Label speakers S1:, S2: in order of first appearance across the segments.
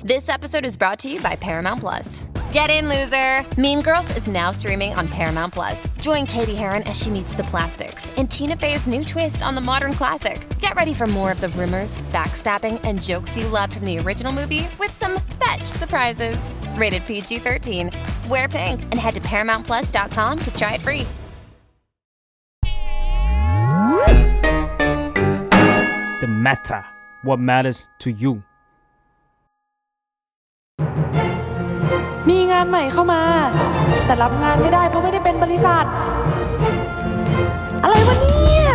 S1: This episode is brought to you by Paramount Plus. Get in, loser! Mean Girls is now streaming on Paramount Plus. Join Katie Heron as she meets the plastics in Tina Fey's new twist on the modern classic. Get ready for more of the rumors, backstabbing, and jokes you loved from the original movie with some fetch surprises. Rated PG-13. Wear pink and head to ParamountPlus.com to try it free.
S2: The matter. What matters to you?
S3: มีงานใหม่เข้ามาแต่รับงานไม่ได้เพราะไม่ได้เป็นบริษัทอะไรวะเนี่ย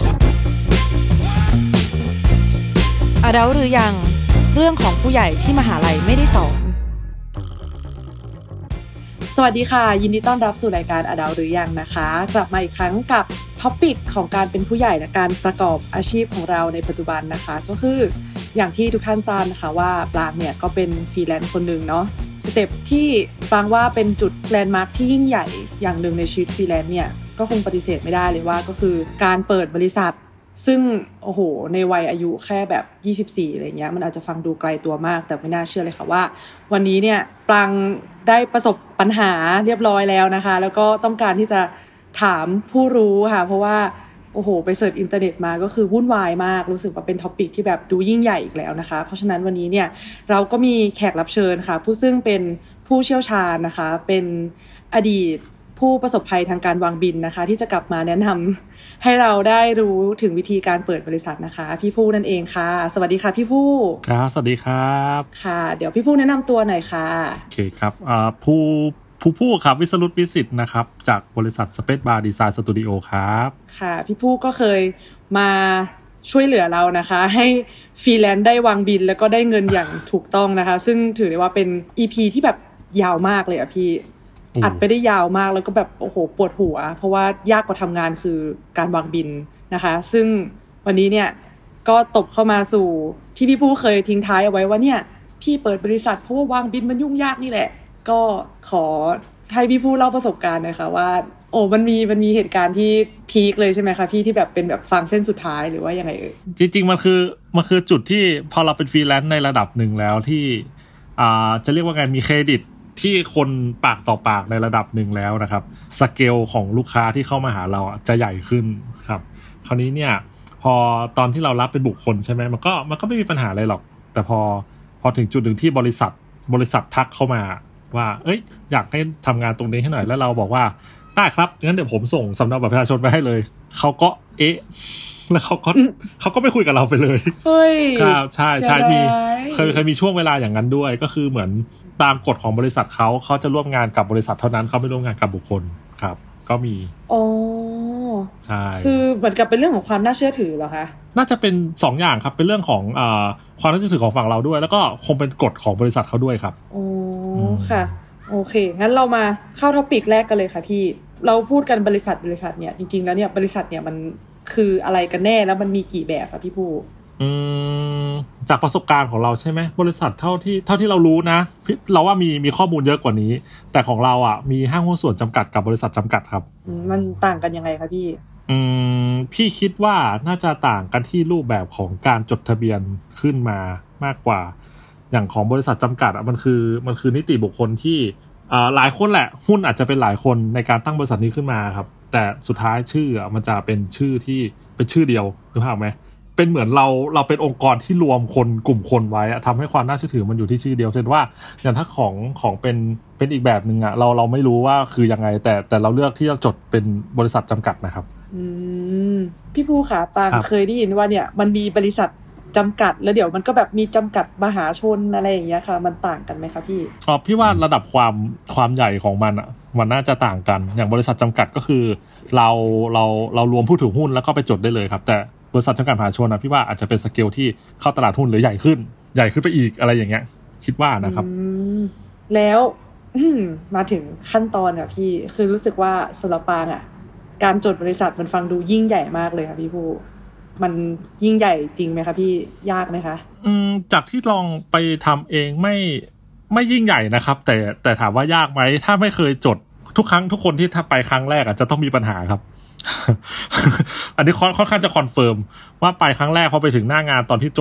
S3: อดัลหรือยังเรื่องของผู้ใหญ่ที่มหาลัยไม่ได้สอนสวัสดีค่ะยินดีต้อนรับสู่รายการอดัลหรือยังนะคะกลับมาอีกครั้งกับท็อปิกของการเป็นผู้ใหญ่และการประกอบอาชีพของเราในปัจจุบันนะคะก็คืออย่างที่ทุกท่านทราบนะคะว่าปรางเนี่ยก็เป็นฟรีแลนซ์คนนึงเนาะสเต็ปที่ปรางว่าเป็นจุดแลนด์มาร์คที่ยิ่งใหญ่อย่างหนึ่งในชีวิตฟรีแลนซ์เนี่ยก็คงปฏิเสธไม่ได้เลยว่าก็คือการเปิดบริษัทซึ่งโอ้โหในวัยอายุแค่แบบ24อะไรเงี้ยมันอาจจะฟังดูไกลตัวมากแต่ไม่น่าเชื่อเลยค่ะว่าวันนี้เนี่ยปรางได้ประสบปัญหาเรียบร้อยแล้วนะคะแล้วก็ต้องการที่จะถามผู้รู้ค่ะเพราะว่าโอ้โหไปเสิร์ชอินเทอร์เน็ตมาก็คือวุ่นวายมากรู้สึกว่าเป็นท็อปิกที่แบบดูยิ่งใหญ่อีกแล้วนะคะเพราะฉะนั้นวันนี้เนี่ยเราก็มีแขกรับเชิญค่ะผู้ซึ่งเป็นผู้เชี่ยวชาญนะคะเป็นอดีตผู้ประสบภัยทางการวางบินนะคะที่จะกลับมาแนะนำให้เราได้รู้ถึงวิธีการเปิดบริษัทนะคะพี่ผู้นั่นเองค่ะสวัสดีค่ะพี่ผู้
S4: ครับสวัสดีครับ
S3: ค่ะเดี๋ยวพี่ผู้แนะนำตัวหน่อยค่ะ
S4: โอเคครับผู้ครับวิศรุตวิสิทธิ์นะครับจากบริษัท Space Bar Design Studio ครับ
S3: ค่ะพี่ผู้ก็เคยมาช่วยเหลือเรานะคะให้ฟรีแลนซ์ได้วางบินแล้วก็ได้เงินอย่างถูกต้องนะคะซึ่งถือได้ว่าเป็น EP ที่แบบยาวมากเลยอ่ะพี่อัดไปได้ยาวมากแล้วก็แบบโอ้โหปวดหัวเพราะว่ายากกว่าทำงานคือการวางบินนะคะซึ่งวันนี้เนี่ยก็ตบเข้ามาสู่ที่พี่ผู้เคยทิ้งท้ายเอาไว้ว่าเนี่ยพี่เปิดบริษัทเพราะว่าวางบินมันยุ่งยากนี่แหละก็ขอให้พี่ผู้เล่าประสบการณ์หน่อยค่ะว่าโอ้มันมีเหตุการณ์ที่พีคเลยใช่ไหมคะพี่ที่แบบเป็นแบบฟางเส้นสุดท้ายหรือว่ายังไง
S4: จริงๆมันคือจุดที่พอเราเป็นฟรีแลนซ์ในระดับหนึ่งแล้วที่จะเรียกว่าไงมีเครดิตที่คนปากต่อปากในระดับหนึ่งแล้วนะครับสเกลของลูกค้าที่เข้ามาหาเราจะใหญ่ขึ้นครับคราวนี้เนี่ยพอตอนที่เรารับเป็นบุคคลใช่ไหมมันก็ไม่มีปัญหาอะไรหรอกแต่พอถึงจุดหนึ่งที่บริษัททักเข้ามาว่าเอ้ยอยากให้ทำงานตรงนี้ให้หน่อยแล้วเราบอกว่าได้ครับงั้นเดี๋ยวผมส่งสำเนาบัตรประชาชนไปให้เลยเขาก็แล้วเขาก็ไม่คุยกับเราไปเลย
S3: เฮ้ย
S4: ครับใช่มีเคยมีช่วงเวลาอย่างนั้นด้วยก็คือเหมือนตามกฎของบริษัทเขาจะร่วมงานกับบริษัทเท่านั้นเขาไม่ร่วมงานกับบุคคลครับก็มี
S3: อ๋อ
S4: ใช่
S3: คือเหมือนกับเป็นเรื่องของความน่าเชื่อถือเหรอคะ
S4: น่าจะเป็น2อย่างครับเป็นเรื่องของความน่าเชื่อถือของฝั่งเราด้วยแล้วก็คงเป็นกฎของบริษัทเขาด้วยครับ
S3: โอ้ค่ะโอเคงั้นเรามาเข้าท็อปิกแรกกันเลยค่ะพี่เราพูดกันบริษัทเนี่ยจริงๆแล้วเนี่ยบริษัทเนี่ยมันคืออะไรกันแน่แล้วมันมีกี่แบบคะพี่ผู้
S4: จากประสบการณ์ของเราใช่ไหมบริษัทเท่าที่เรารู้นะเราว่ามีข้อมูลเยอะกว่านี้แต่ของเราอ่ะมีห้างหุ้นส่วนจำกัดกับบริษัทจำกัดครับ
S3: มันต่างกันยังไงคะพี่
S4: พี่คิดว่าน่าจะต่างกันที่รูปแบบของการจดทะเบียนขึ้นมามากกว่าอย่างของบริษัทจำกัดอ่ะมันคือนิติบุคคลที่หลายคนแหละหุ้นอาจจะเป็นหลายคนในการตั้งบริษัทนี้ขึ้นมาครับแต่สุดท้ายชื่อมันจะเป็นชื่อที่เป็นชื่อเดียวนึกภาพไหมเป็นเหมือนเราเป็นองค์กรที่รวมคนกลุ่มคนไว้ทำให้ความน่าเชื่อถือมันอยู่ที่ชื่อเดียวเช่นว่าอย่างถ้าของเป็นอีกแบบนึงอะเราไม่รู้ว่าคือยังไงแต่เราเลือกที่จะจดเป็นบริษัทจำกัดนะครับ
S3: พี่ผู้ขาปางเคยได้ยินว่าเนี่ยมันมีบริษัทจำกัดแล้วเดี๋ยวมันก็แบบมีจำกัดมหาชนอะไรอย่างเงี้ยค่ะมันต่างกันไหมคะพี่
S4: พี่ว่าระดับความใหญ่ของมันอ่ะมันน่าจะต่างกันอย่างบริษัทจำกัดก็คือเรารวมผู้ถือหุ้นแล้วก็ไปจดได้เลยครับแต่บริษัทจำกัดมหาชนนะพี่ว่าอาจจะเป็นสเกลที่เข้าตลาดหุ้นหรือใหญ่ขึ้นไปอีกอะไรอย่างเงี้ยคิดว่านะครับ
S3: แล้วมาถึงขั้นตอนอ่ะพี่คือรู้สึกว่าสำหรับปางอ่ะการจดบริษัทมันฟังดูยิ่งใหญ่มากเลยค่ะพี่ผู้มันยิ่งใหญ่จริงไหมคะพี่ยากไหมคะ
S4: จากที่ลองไปทำเองไม่ยิ่งใหญ่นะครับแต่ถามว่ายากไหมถ้าไม่เคยจดทุกครั้งทุกคนที่ถ้าไปครั้งแรกจะต้องมีปัญหาครับ อันนี้ค่อนข้างจะคอนเฟิร์มว่าไปครั้งแรกพอไปถึงหน้างานตอนที่จด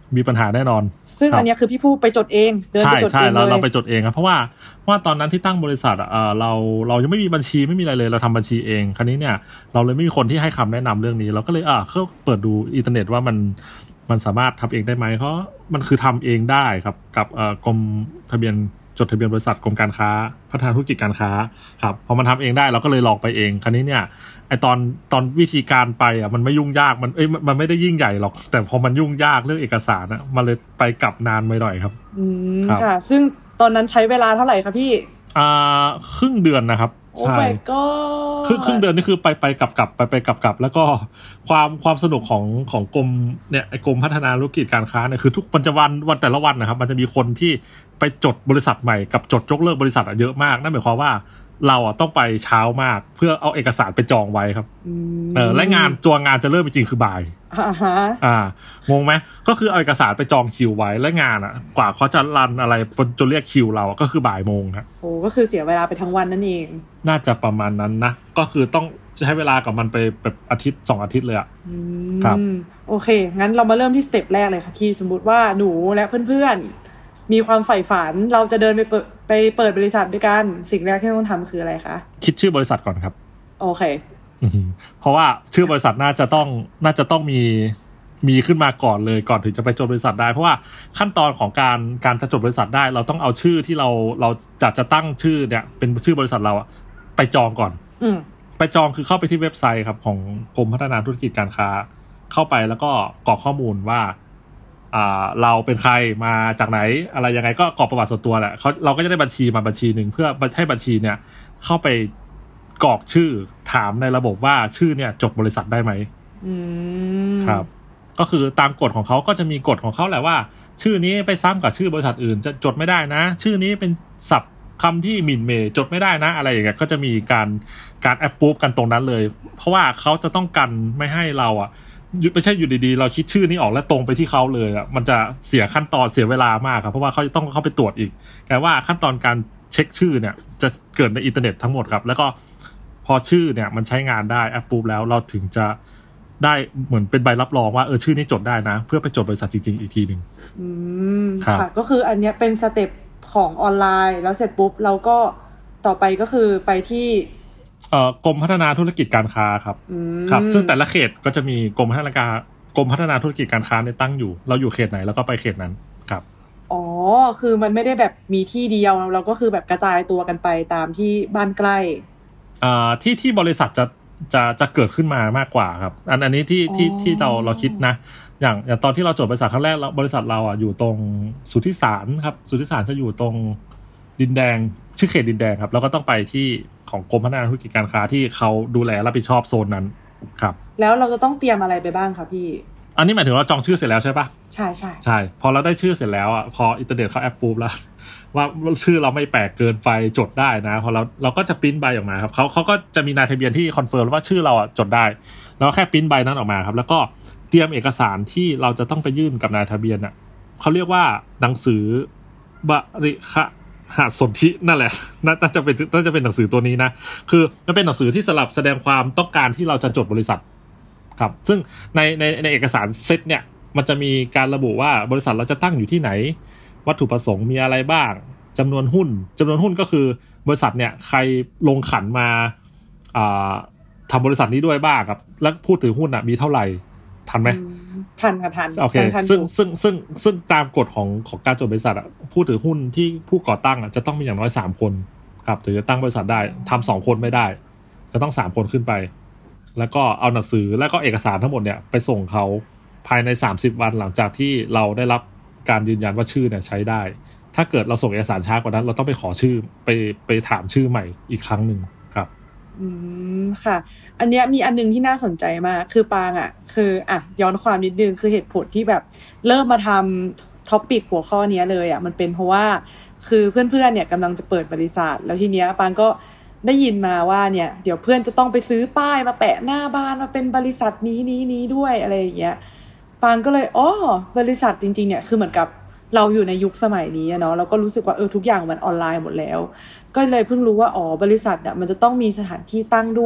S4: มีปัญหาแน่นอน
S3: ซึ่งอันนี้คือพี่ผู้ไปจดเองเดินไปจดเองเลย
S4: เราไปจดเองครับเพราะว่าตอนนั้นที่ตั้งบริษัทเรายังไม่มีบัญชีไม่มีอะไรเลยเราทำบัญชีเองคราวนี้เนี่ยเราเลยไม่มีคนที่ให้คำแนะนำเรื่องนี้เราก็เลยเขาเปิดดูอินเทอร์เน็ตว่ามันสามารถทำเองได้ไหมเพราะมันคือทำเองได้ครับกับกรมทะเบียนจดทะเบียนบริษัทกรมการค้าพัฒนาธุรกิจการค้าครับพอมันทำเองได้เราก็เลยลองไปเองคราวนี้เนี่ยไอตอนวิธีการไปมันไม่ยุ่งยากมันไม่ได้ยิ่งใหญ่หรอกแต่พอมันยุ่งยากเรื่องเอกสารมันเลยไปกลับนานไปหน่อยครับ
S3: ค่ะซึ่งตอนนั้นใช้เวลาเท่าไหร่ครับพี่
S4: ครึ่งเดือนนะครับ
S3: ใช่ก็
S4: ครึ่งเดือนนี่คือไปกลับไปกลับแล้วก็ความสนุกของกรมเนี่ยไอ้กรมพัฒนาธุรกิจการค้าเนี่ยคือทุกวันแต่ละวันนะครับมันจะมีคนที่ไปจดบริษัทใหม่กับจดยกเลิกบริษัทเยอะมากนั่นหมายความว่าเราต้องไปเช้ามากเพื่อเอาเอกสารไปจองไว้ครับและงานจะเริ่มจริงๆคือบ่ายงงไหมก็คือเอาเอกสารไปจองคิวไว้และงานกว่าเขาจะรันอะไรจนเรียกคิวเราก็คือบ่ายโมงครับ
S3: โอ้ก็คือเสียเวลาไปทั้งวันนั่นเอง
S4: น่าจะประมาณนั้นนะก็คือต้องใช้เวลากับมันไปแบบอาทิตย์2อาทิตย์เลยครับ
S3: โอเคงั้นเรามาเริ่มที่สเต็ปแรกเลยค่ะพี่สมมติว่าหนูและเพื่อนๆมีความใฝ่ฝันเราจะเดินไปเปิดบริษัทด้วยกันสิ่งแรกที่ต้องทำคืออะไรคะ
S4: คิดชื่อบริษัทก่อนครับ
S3: โอเค
S4: เพราะว่าชื่อบริษัทน่าจะต้องมีขึ้นมาก่อนเลยก่อนถึงจะไปจดบริษัทได้เพราะว่าขั้นตอนของการจะจดบริษัทได้เราต้องเอาชื่อที่เราจะตั้งชื่อเนี่ยเป็นชื่อบริษัทเราไปจองก่อนไปจองคือเข้าไปที่เว็บไซต์ครับของกรมพัฒนาธุรกิจการค้าเข้าไปแล้วก็กรอกข้อมูลว่าเราเป็นใครมาจากไหนอะไรยังไงก็กรอกประวัติส่วนตัวแหละเราก็จะได้บัญชีมาบัญชีนึงเพื่อให้บัญชีเนี่ยเข้าไปกรอกชื่อถามในระบบว่าชื่อเนี่ยจดบริษัทได้ไหมครับก็คือตามกฎของเขาก็จะมีกฎของเขาแหละว่าชื่อนี้ไปซ้ำกับชื่อบริษัทอื่นจะจดไม่ได้นะชื่อนี้เป็นศัพท์คำที่หมิ่นเหม่จดไม่ได้นะอะไรอย่างเงี้ยก็จะมีการแอปพูฟกันตรงนั้นเลยเพราะว่าเขาจะต้องกันไม่ให้เราไม่ใช่อยู่ดีๆเราคิดชื่อนี้ออกแล้วตรงไปที่เขาเลยมันจะเสียขั้นตอนเสียเวลามากครับเพราะว่าเขาจะต้องเข้าไปตรวจอีกแต่ว่าขั้นตอนการเช็คชื่อเนี่ยจะเกิดในอินเทอร์เน็ตทั้งหมดครับแล้วก็พอชื่อเนี่ยมันใช้งานได้แอปปุ๊บแล้วเราถึงจะได้เหมือนเป็นใบรับรองว่าชื่อนี้จดได้นะเพื่อไปจดบริษัทจริงๆอีกทีนึง
S3: ค่ะก็คืออันเนี้ยเป็นสเต็ปของออนไลน์แล้วเสร็จปุ๊บเราก็ต่อไปก็คือไปที่
S4: กรมพัฒนาธุรกิจการค้าครับซึ่งแต่ละเขตก็จะมีกรมพัฒนาธุรกิจการค้าเนี่ยตั้งอยู่เราอยู่เขตไหนแล้วก็ไปเขตนั้นครับ
S3: อ๋อคือมันไม่ได้แบบมีที่เดียวเราก็คือแบบกระจายตัวกันไปตามที่บ้านใกล้
S4: ที่บริษัทจะเกิดขึ้นมามากกว่าครับอันนี้ที่เราคิดนะอย่างตอนที่เราจดบริษัทครั้งแรกบริษัทเราอยู่ตรงสุทธิสารครับสุทธิสารจะอยู่ตรงดินแดงชื่อเขตดินแดงครับแล้วก็ต้องไปที่ของกรมพัฒนาธุรกิจการค้าที่เขาดูแลรับผิดชอบโซนนั้นครับ
S3: แล้วเราจะต้องเตรียมอะไรไปบ้างครับพี่
S4: อันนี้หมายถึงเราจองชื่อเสร็จแล้วใช่ปะ
S3: ใช่ใช่
S4: ใช่พอเราได้ชื่อเสร็จแล้วพออินเทอร์เน็ตเขาแอปปุ๊บแล้วว่าชื่อเราไม่แปลกเกินไปจดได้นะพอเราก็จะปริ้นใบออกมาครับเขาก็จะมีนายทะเบียนที่คอนเฟิร์มว่าชื่อเราจดได้แล้วแค่ปริ้นใบนั้นออกมาครับแล้วก็เตรียมเอกสารที่เราจะต้องไปยื่นกับนายทะเบียนเขาเรียกว่าหนังสือบริหสนธินั่นแหละน่าจะเป็นหนังสือตัวนี้นะคือมันเป็นหนังสือที่สลับแสดงความต้องการที่เราจะจดบริษัทครับซึ่งในเอกสารเซตเนี่ยมันจะมีการระบุว่าบริษัทเราจะตั้งอยู่ที่ไหนวัตถุประสงค์มีอะไรบ้างจำนวนหุ้นก็คือบริษัทเนี่ยใครลงขันมาทำบริษัทนี้ด้วยบ้างครับแล้วผู้ถือหุ้นมีเท่าไหร่ทันไหม
S3: ทันค่ะทัน
S4: โอเคซึ่งตามกฎของการจดบริษัทผู้ถือหุ้นที่ผู้ก่อตั้งจะต้องมีอย่างน้อย3คนครับถึงจะตั้งบริษัทได้ทำ2คนไม่ได้จะต้อง3คนขึ้นไปแล้วก็เอาหนังสือแล้วก็เอกสารทั้งหมดเนี่ยไปส่งเขาภายใน30วันหลังจากที่เราได้รับการยืนยันว่าชื่อเนี่ยใช้ได้ถ้าเกิดเราส่งเอกสารช้ากว่านั้นเราต้องไปขอชื่อไปถามชื่อใหม่อีกครั้งนึงครับ
S3: ค่ะอันเนี้ยมีอันนึงที่น่าสนใจมากคือปางคือย้อนความนิดนึงคือเหตุผลที่แบบเริ่มมาทำท็อปิกหัวข้อนี้เลยมันเป็นเพราะว่าคือเพื่อนๆเนี่ยกำลังจะเปิดบริษัทแล้วทีเนี้ยปางก็ได้ยินมาว่าเนี่ยเดี๋ยวเพื่อนจะต้องไปซื้อป้ายมาแปะหน้าบ้านมาเป็นบริษัทนี้ด้วยอะไรอย่างเงี้ยปางก็เลยบริษัทจริงๆเนี่ยคือเหมือนกับเราอยู่ในยุคสมัยนี้เนาะเราก็รู้สึกว่าทุกอย่างมันออนไลน์หมดแล้วก็เลยเพิ่งรู้ว่าบริษัทมันจะต้องมีสถานที่ตั้งด้วย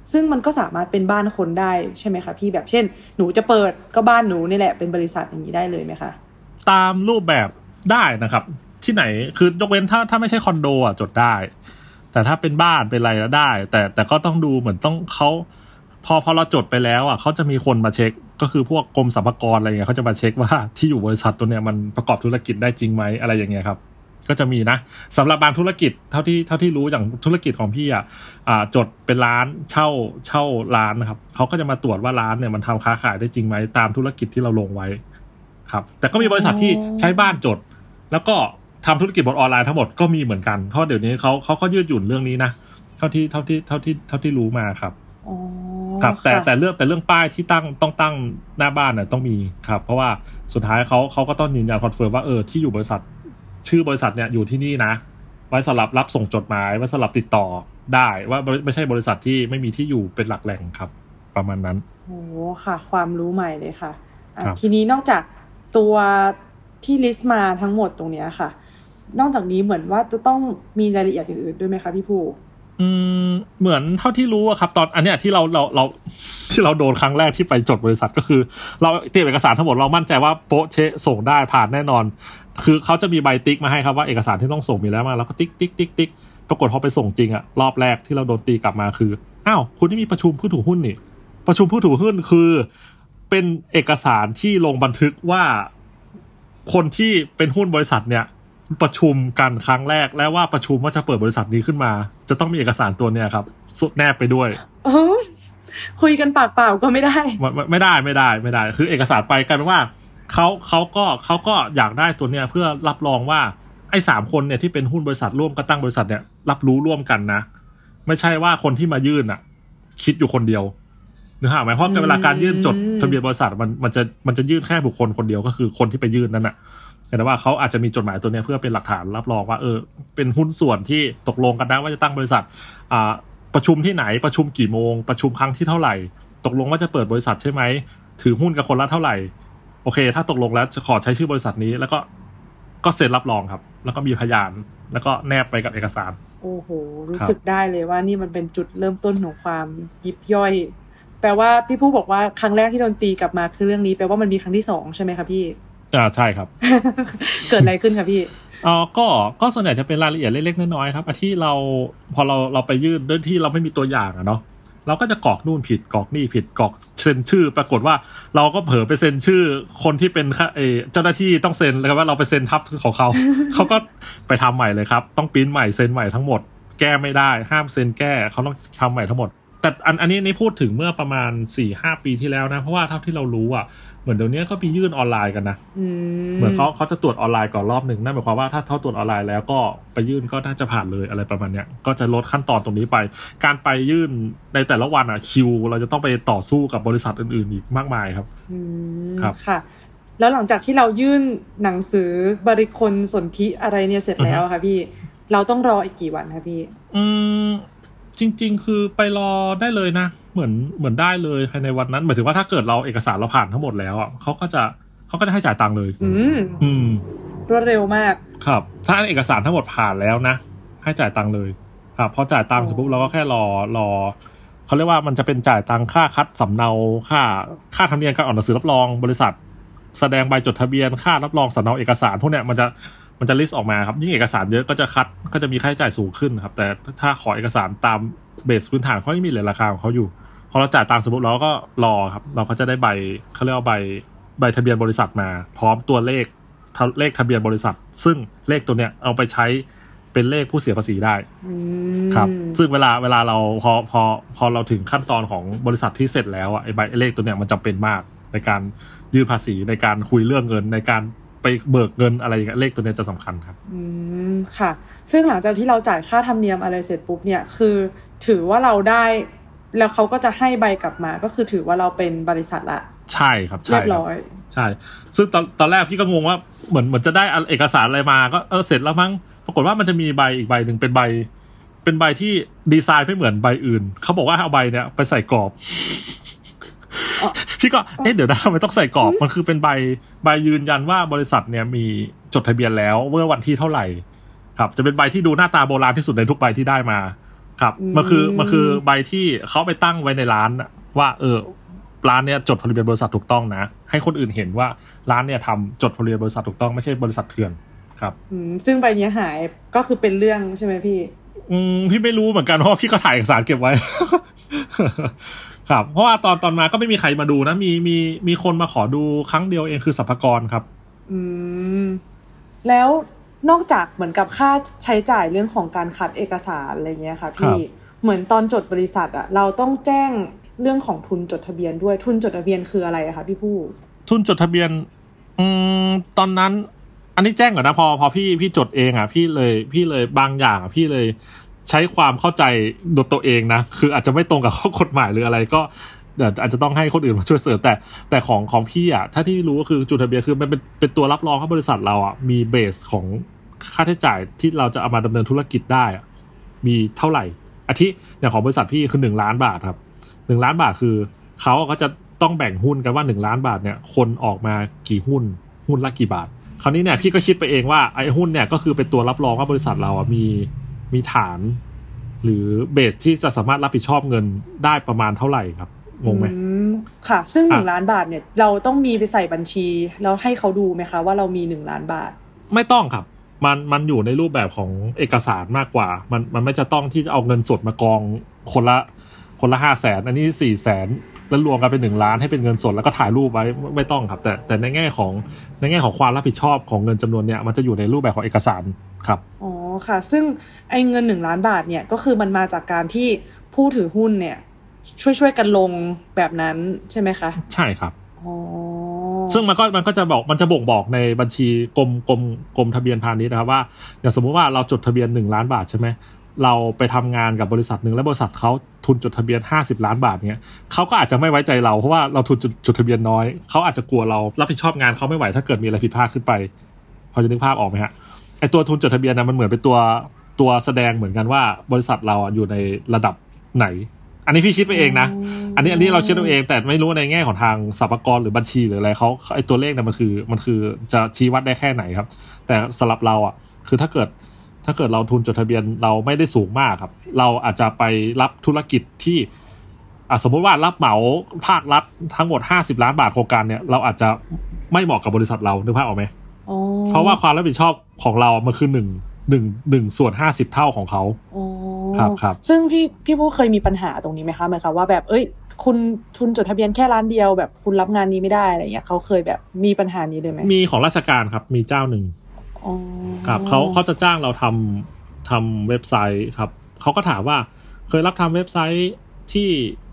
S3: ซึ่งมันก็สามารถเป็นบ้านคนได้ใช่ไหมคะพี่แบบเช่นหนูจะเปิดก็บ้านหนูนี่แหละเป็นบริษัทอย่างนี้ได้เลยไหมคะ
S4: ตามรูปแบบได้นะครับที่ไหนคือยกเว้นถ้าไม่ใช่คอนโดอ่ะจดได้แต่ถ้าเป็นบ้านเป็นอะไรแล้วได้แต่ก็ต้องดูเหมือนต้องเขาพอเราจดไปแล้วอ่ะเขาจะมีคนมาเช็คก็คือพวกกรมสรรพากรอะไรเงี้ยเขาจะมาเช็คว่าที่อยู่บริษัทตัวเนี้ยมันประกอบธุรกิจได้จริงไหมอะไรอย่างเงี้ยครับก็จะมีนะสำหรับบางธุรกิจเท่าที่รู้อย่างธุรกิจของพี่จดเป็นร้านเช่าร้านนะครับเขาก็จะมาตรวจว่าร้านเนี่ยมันทำค้าขายได้จริงไหมตามธุรกิจที่เราลงไว้ครับแต่ก็มีบริษัทที่ใช้บ้านจดแล้วก็ทำธุรกิจบนออนไลน์ทั้งหมดก็มีเหมือนกันเพราะเดี๋ยวนี้เขาก็ยืดหยุ่นเรื่องนี้นะเท่าที่รู้มาครับครับแต่เรื่องป้ายที่ต้องตั้งหน้าบ้านเนี่ยต้องมีครับเพราะว่าสุดท้ายเขาก็ต้องยืนยันคอนเฟิร์มว่าที่อยู่บริษัทชื่อบริษัทเนี่ยอยู่ที่นี่นะไว้สำหรับรับส่งจดหมายไว้สำหรับติดต่อได้ว่าไม่ใช่บริษัทที่ไม่มีที่อยู่เป็นหลักแหล่งครับประมาณนั้น
S3: โอ้ค่ะความรู้ใหม่เลยค่ะทีนี้นอกจากตัวที่ลิสต์มาทั้งหมดตรงนี้ค่ะนอกจากนี้เหมือนว่าจะต้องมีรายละเอียดอื่นๆด้วยไหมคะพี่ผู้
S4: เหมือนเท่าที่รู้อะครับตอนอันเนี้ยที่เราที่เราโดนครั้งแรกที่ไปจดบริษัทก็คือเราเตรียมเอกสารทั้งหมดเรามั่นใจว่าโป๊ะเชะส่งได้ผ่านแน่นอนคือเขาจะมีใบติ๊กมาให้ครับว่าเอกสารที่ต้องส่งมีแล้วมาแล้วก็ติ๊กปรากฏพอไปส่งจริงอะรอบแรกที่เราโดนตีกลับมาคืออ้าวคุณไม่มีประชุมผู้ถือหุ้นนี่ประชุมผู้ถือหุ้นคือเป็นเอกสารที่ลงบันทึกว่าคนที่เป็นหุ้นบริษัทเนี่ยประชุมกันครั้งแรกและว่าประชุมว่าจะเปิดบริษัทนี้ขึ้นมาจะต้องมีเอกสารตัวเนี้ยครับสุดแนบไปด้วย
S3: คุยกันปากเปล่าก็ไม่ได้
S4: ไม่ได้คือเอกสารไปกลายเป็นว่าเขาก็อยากได้ตัวเนี้ยเพื่อรับรองว่าไอ้3คนเนี่ยที่เป็นหุ้นบริษัทร่วมกันตั้งบริษัทเนี่ยรับรู้ร่วมกันนะไม่ใช่ว่าคนที่มายื่นคิดอยู่คนเดียวนึกภาพไหมเพราะเวลาการยื่นจดทะเบียนบริษัทมันจะยื่นแค่บุคคลคนเดียวก็คือคนที่ไปยื่นนั่นน่ะแต่ว่าเขาอาจจะมีจดหมายตัวนี้เพื่อเป็นหลักฐานรับรองว่าเป็นหุ้นส่วนที่ตกลงกันนะว่าจะตั้งบริษัทประชุมที่ไหนประชุมกี่โมงประชุมครั้งที่เท่าไหร่ตกลงว่าจะเปิดบริษัทใช่ไหมถือหุ้นกับคนละเท่าไหร่โอเคถ้าตกลงแล้วจะขอใช้ชื่อบริษัทนี้แล้วก็เซ็นรับรองครับแล้วก็มีพยานแล้วก็แนบไปกับเอกสาร
S3: โอ้โหรู้สึกได้เลยว่านี่มันเป็นจุดเริ่มต้นของความยิบย่อยแปลว่าพี่ผู้บอกว่าครั้งแรกที่โดนตีกลับมาคือเรื่องนี้แปลว่ามันมีครั้งที่2ใช่ไหมคะพี่
S4: ใช่ครับ
S3: เกิดอะไรขึ้นคะพี่
S4: ก็ส่วนใหญ่จะเป็นรายละเอียดเล็กๆน้อยๆครับที่พอเราไปยื่นด้วยที่เราไม่มีตัวอย่างเนาะเราก็จะกรอกนู่นผิดกรอกนี่ผิดกรอกเซ็นชื่อปรากฏว่าเราก็เผลอไปเซ็นชื่อคนที่เป็นเจ้าหน้าที่ต้องเซ็นแล้วว่าเราไปเซ็นทับของเขา เขาก็ไปทำใหม่เลยครับต้องปริ้นใหม่เซ็นใหม่ทั้งหมดแก้ไม่ได้ห้ามเซ็นแก้เขาต้องทำใหม่ทั้งหมดแต่อันนี้พูดถึงเมื่อประมาณ 4-5 ปีที่แล้วนะเพราะว่าเท่าที่เรารู้เหมือนเดี๋ยวนี้ก็มียื่นออนไลน์กันนะเหมือนเขาจะตรวจออนไลน์ก่อนรอบนึงนั่นหมายความว่าถ้าเขาตรวจออนไลน์แล้วก็ไปยื่นก็น่าจะผ่านเลยอะไรประมาณเนี้ยก็จะลดขั้นตอนตรงนี้ไปการไปยื่นในแต่ละวันคิวเราจะต้องไปต่อสู้กับบริษัทอื่นๆอีกมากมายครับ
S3: ครับค่ะแล้วหลังจากที่เรายื่นหนังสือบริคลสนธิอะไรเนี่ยเสร็จแล้วค่ะพี่เราต้องรออีกกี่วันคะพี่
S4: จริงๆคือไปรอได้เลยนะเหมือนได้เลยภายในวันนั้นหมายถึงว่าถ้าเกิดเราเอกสารเราผ่านทั้งหมดแล้วเขาก็จะให้จ่ายตังค์เลย
S3: รวดเร็วมาก
S4: ครับถ้าเอกสารทั้งหมดผ่านแล้วนะให้จ่ายตังค์เลยครับพอจ่ายตังค์เสร็จปุ๊บเราก็แค่รอเขาเรียกว่ามันจะเป็นจ่ายตังค่าคัดสำเนาค่าธรรมเนียมการออกหนังสือรับรองบริษัทแสดงใบจดทะเบียนค่ารับรองสำเนาเอกสารพวกเนี้ยมันจะลิสต์ออกมาครับยิ่งเอกสารเยอะก็จะมีค่าใช้จ่ายสูงขึ้นครับแต่ถ้าขอเอกสารตามเบสพื้นฐานเขาไม่มีเลยราคาของเขาอยู่พอเราจ่ายตังค์สมมุติเราก็รอครับเราก็จะได้ใบเขาเรียกว่าใบทะเบียนบริษัทมาพร้อมตัวเลขทะเบียนบริษัทซึ่งเลขตัวเนี้ยเอาไปใช้เป็นเลขผู้เสียภาษีได้ครับซึ่งเวลาเราพอเราถึงขั้นตอนของบริษัทที่เสร็จแล้วไอ้ใบเลขตัวเนี้ยมันจำเป็นมากในการยื่นภาษีในการคุยเรื่องเงินในการไปเบิกเงินอะไรอย่างเงี้ยเลขตัวนี้จะสำคัญครับ
S3: ค่ะซึ่งหลังจากที่เราจ่ายค่าธรรมเนียมอะไรเสร็จปุ๊บเนี่ยคือถือว่าเราได้แล้วเขาก็จะให้ใบกลับมาก็คือถือว่าเราเป็นบริษัทละ
S4: ใช่ครับ
S3: เรียบร้อย
S4: ใช่ซึ่งตอนแรกพี่ก็งงว่าเหมือนจะได้เอกสารอะไรมาก็เสร็จแล้วมั้งปรากฏว่ามันจะมีใบอีกใบนึงเป็นใบที่ดีไซน์ไม่เหมือนใบอื่นเขาบอกว่าเอาใบเนี้ยไปใส่กรอบพี่ก็เดี๋ยวนะทำไมต้องใส่กรอบมันคือเป็นใบยืนยันว่าบริษัทเนี่ยมีจดทะเบียนแล้วเมื่อวันที่เท่าไหร่ครับจะเป็นใบที่ดูหน้าตาโบราณที่สุดในทุกใบที่ได้มาครับมันคือใบที่เขาไปตั้งไว้ในร้านว่าร้านเนี้ยจดทะเบียนบริษัทถูกต้องนะให้คนอื่นเห็นว่าร้านเนี่ยทำจดทะเบียนบริษัทถูกต้องไม่ใช่บริษัทเถื่อนครับ
S3: ซึ่งใบนี้หายก็คือเป็นเรื่องใช่ไหมพี่
S4: พี่ไม่รู้เหมือนกันเพราะพี่ก็ถ่ายเอกสารเก็บไว้ ครับเพราะว่าตอนมาก็ไม่มีใครมาดูนะมีคนมาขอดูครั้งเดียวเองคือสรรพากรครับ
S3: แล้วนอกจากเหมือนกับค่าใช้จ่ายเรื่องของการคัดเอกสารอะไรเงี้ยค่ะพี่เหมือนตอนจดบริษัทอ่ะเราต้องแจ้งเรื่องของทุนจดทะเบียนด้วยทุนจดทะเบียนคืออะไรอะคะพี่ผู้
S4: ทุนจดทะเบียนตอนนั้นอันนี้แจ้งก่อนนะพอพี่จดเองอ่ะพี่เลยบางอย่างพี่เลยใช้ความเข้าใจโดยตัวเองนะคืออาจจะไม่ตรงกับข้อกฎหมายหรืออะไรก็เดี๋ยวอาจจะต้องให้คนอื่นมาช่วยเสริมแต่ของพี่อ่ะถ้าที่รู้ก็คือจดทะเบียนคือมันเป็นตัวรับรองว่าบริษัทเราอ่ะมีเบสของค่าใช้จ่ายที่เราจะเอามาดำเนินธุรกิจได้อ่ะมีเท่าไหร่อาทิอย่างของบริษัทพี่คือ1 ล้านบาทครับ1 ล้านบาทคือเขาก็จะต้องแบ่งหุ้นกันว่า1 ล้านบาทเนี่ยคนออกมากี่หุ้นละกี่บาทคราวนี้เนี่ยพี่ก็คิดไปเองว่าไอ้หุ้นเนี่ยก็คือเป็นตัวรับรองว่าบริษัทเราอ่ะมีฐานหรือเบสที่จะสามารถรับผิดชอบเงินได้ประมาณเท่าไหร่ครับงงไหม
S3: ค่ะซึ่ง1 ล้านบาทเนี่ยเราต้องมีไปใส่บัญชีแล้วให้เขาดูไหมคะว่าเรามี1 ล้านบาท
S4: ไม่ต้องครับมันอยู่ในรูปแบบของเอกสารมากกว่ามันไม่จะต้องที่จะเอาเงินสดมากองคนละ 500,000 อันนี้ 400,000 แล้วรวมกันเป็น1 ล้านให้เป็นเงินสดแล้วก็ถ่ายรูปไว้ไม่ต้องครับแต่ในแง่ของความรับผิดชอบของเงินจำนวนเนี้ยมันจะอยู่ในรูปแบบของเอกสารครับ
S3: อ๋อค่ะซึ่งไอ้เงิน1 ล้านบาทเนี่ยก็คือมันมาจากการที่ผู้ถือหุ้นเนี่ยช่วยกันลงแบบนั้นใช่ไหมคะ
S4: ใช่ครับซึ่งมันก็จะบอกมันจะบ่งบอกในบัญชีกรมทะเบียนพาณิชย์นะครับว่าอย่างสมมุติว่าเราจดทะเบียน1 ล้านบาทใช่ไหมเราไปทำงานกับบริษัทนึงแล้วบริษัทเขาทุนจดทะเบียน50 ล้านบาทเงี้ยเขาก็อาจจะไม่ไว้ใจเราเพราะว่าเราทุนจดทะเบียนน้อยเขาอาจจะกลัวเรารับผิดชอบงานเขาไม่ไหวถ้าเกิดมีอะไรผิดพลาดขึ้นไปพอจะนึกภาพออกไหมฮะไอตัวทุนจดทะเบียนนะมันเหมือนเป็นตัวแสดงเหมือนกันว่าบริษัทเราอยู่ในระดับไหนอันนี้พี่คิดไปเองนะอันนี้เราคิดเอาเองแต่ไม่รู้ในแง่ของทางสรรพากรหรือบัญชีหรืออะไรเขาไอตัวเลขเนี่ยมันคือจะชี้วัดได้แค่ไหนครับแต่สำหรับเราอ่ะคือถ้าเกิดเราทุนจดทะเบียนเราไม่ได้สูงมากครับเราอาจจะไปรับธุรกิจที่สมมติว่ารับเหมาภาครัฐทั้งหมด50 ล้านบาทโครงการเนี่ยเราอาจจะไม่เหมาะกับบริษัทเรานึกภาพออกไหมเพราะว่าความรับผิดชอบของเรามันคือ1/50 เท่าของเขาครับ
S3: ซึ่งพี่ผู้เคยมีปัญหาตรงนี้ไหมคะหมายความว่าแบบคุณทุนจดทะเบียนแค่ล้านเดียวแบบคุณรับงานนี้ไม่ได้อะไรเงี้ยเขาเคยแบบมีปัญหานี้เลยไหม
S4: มีของราชการครับมีเจ้าหนึ่งครับเขาจะจ้างเราทำเว็บไซต์ครับเขาก็ถามว่าเคยรับทำเว็บไซต์ที่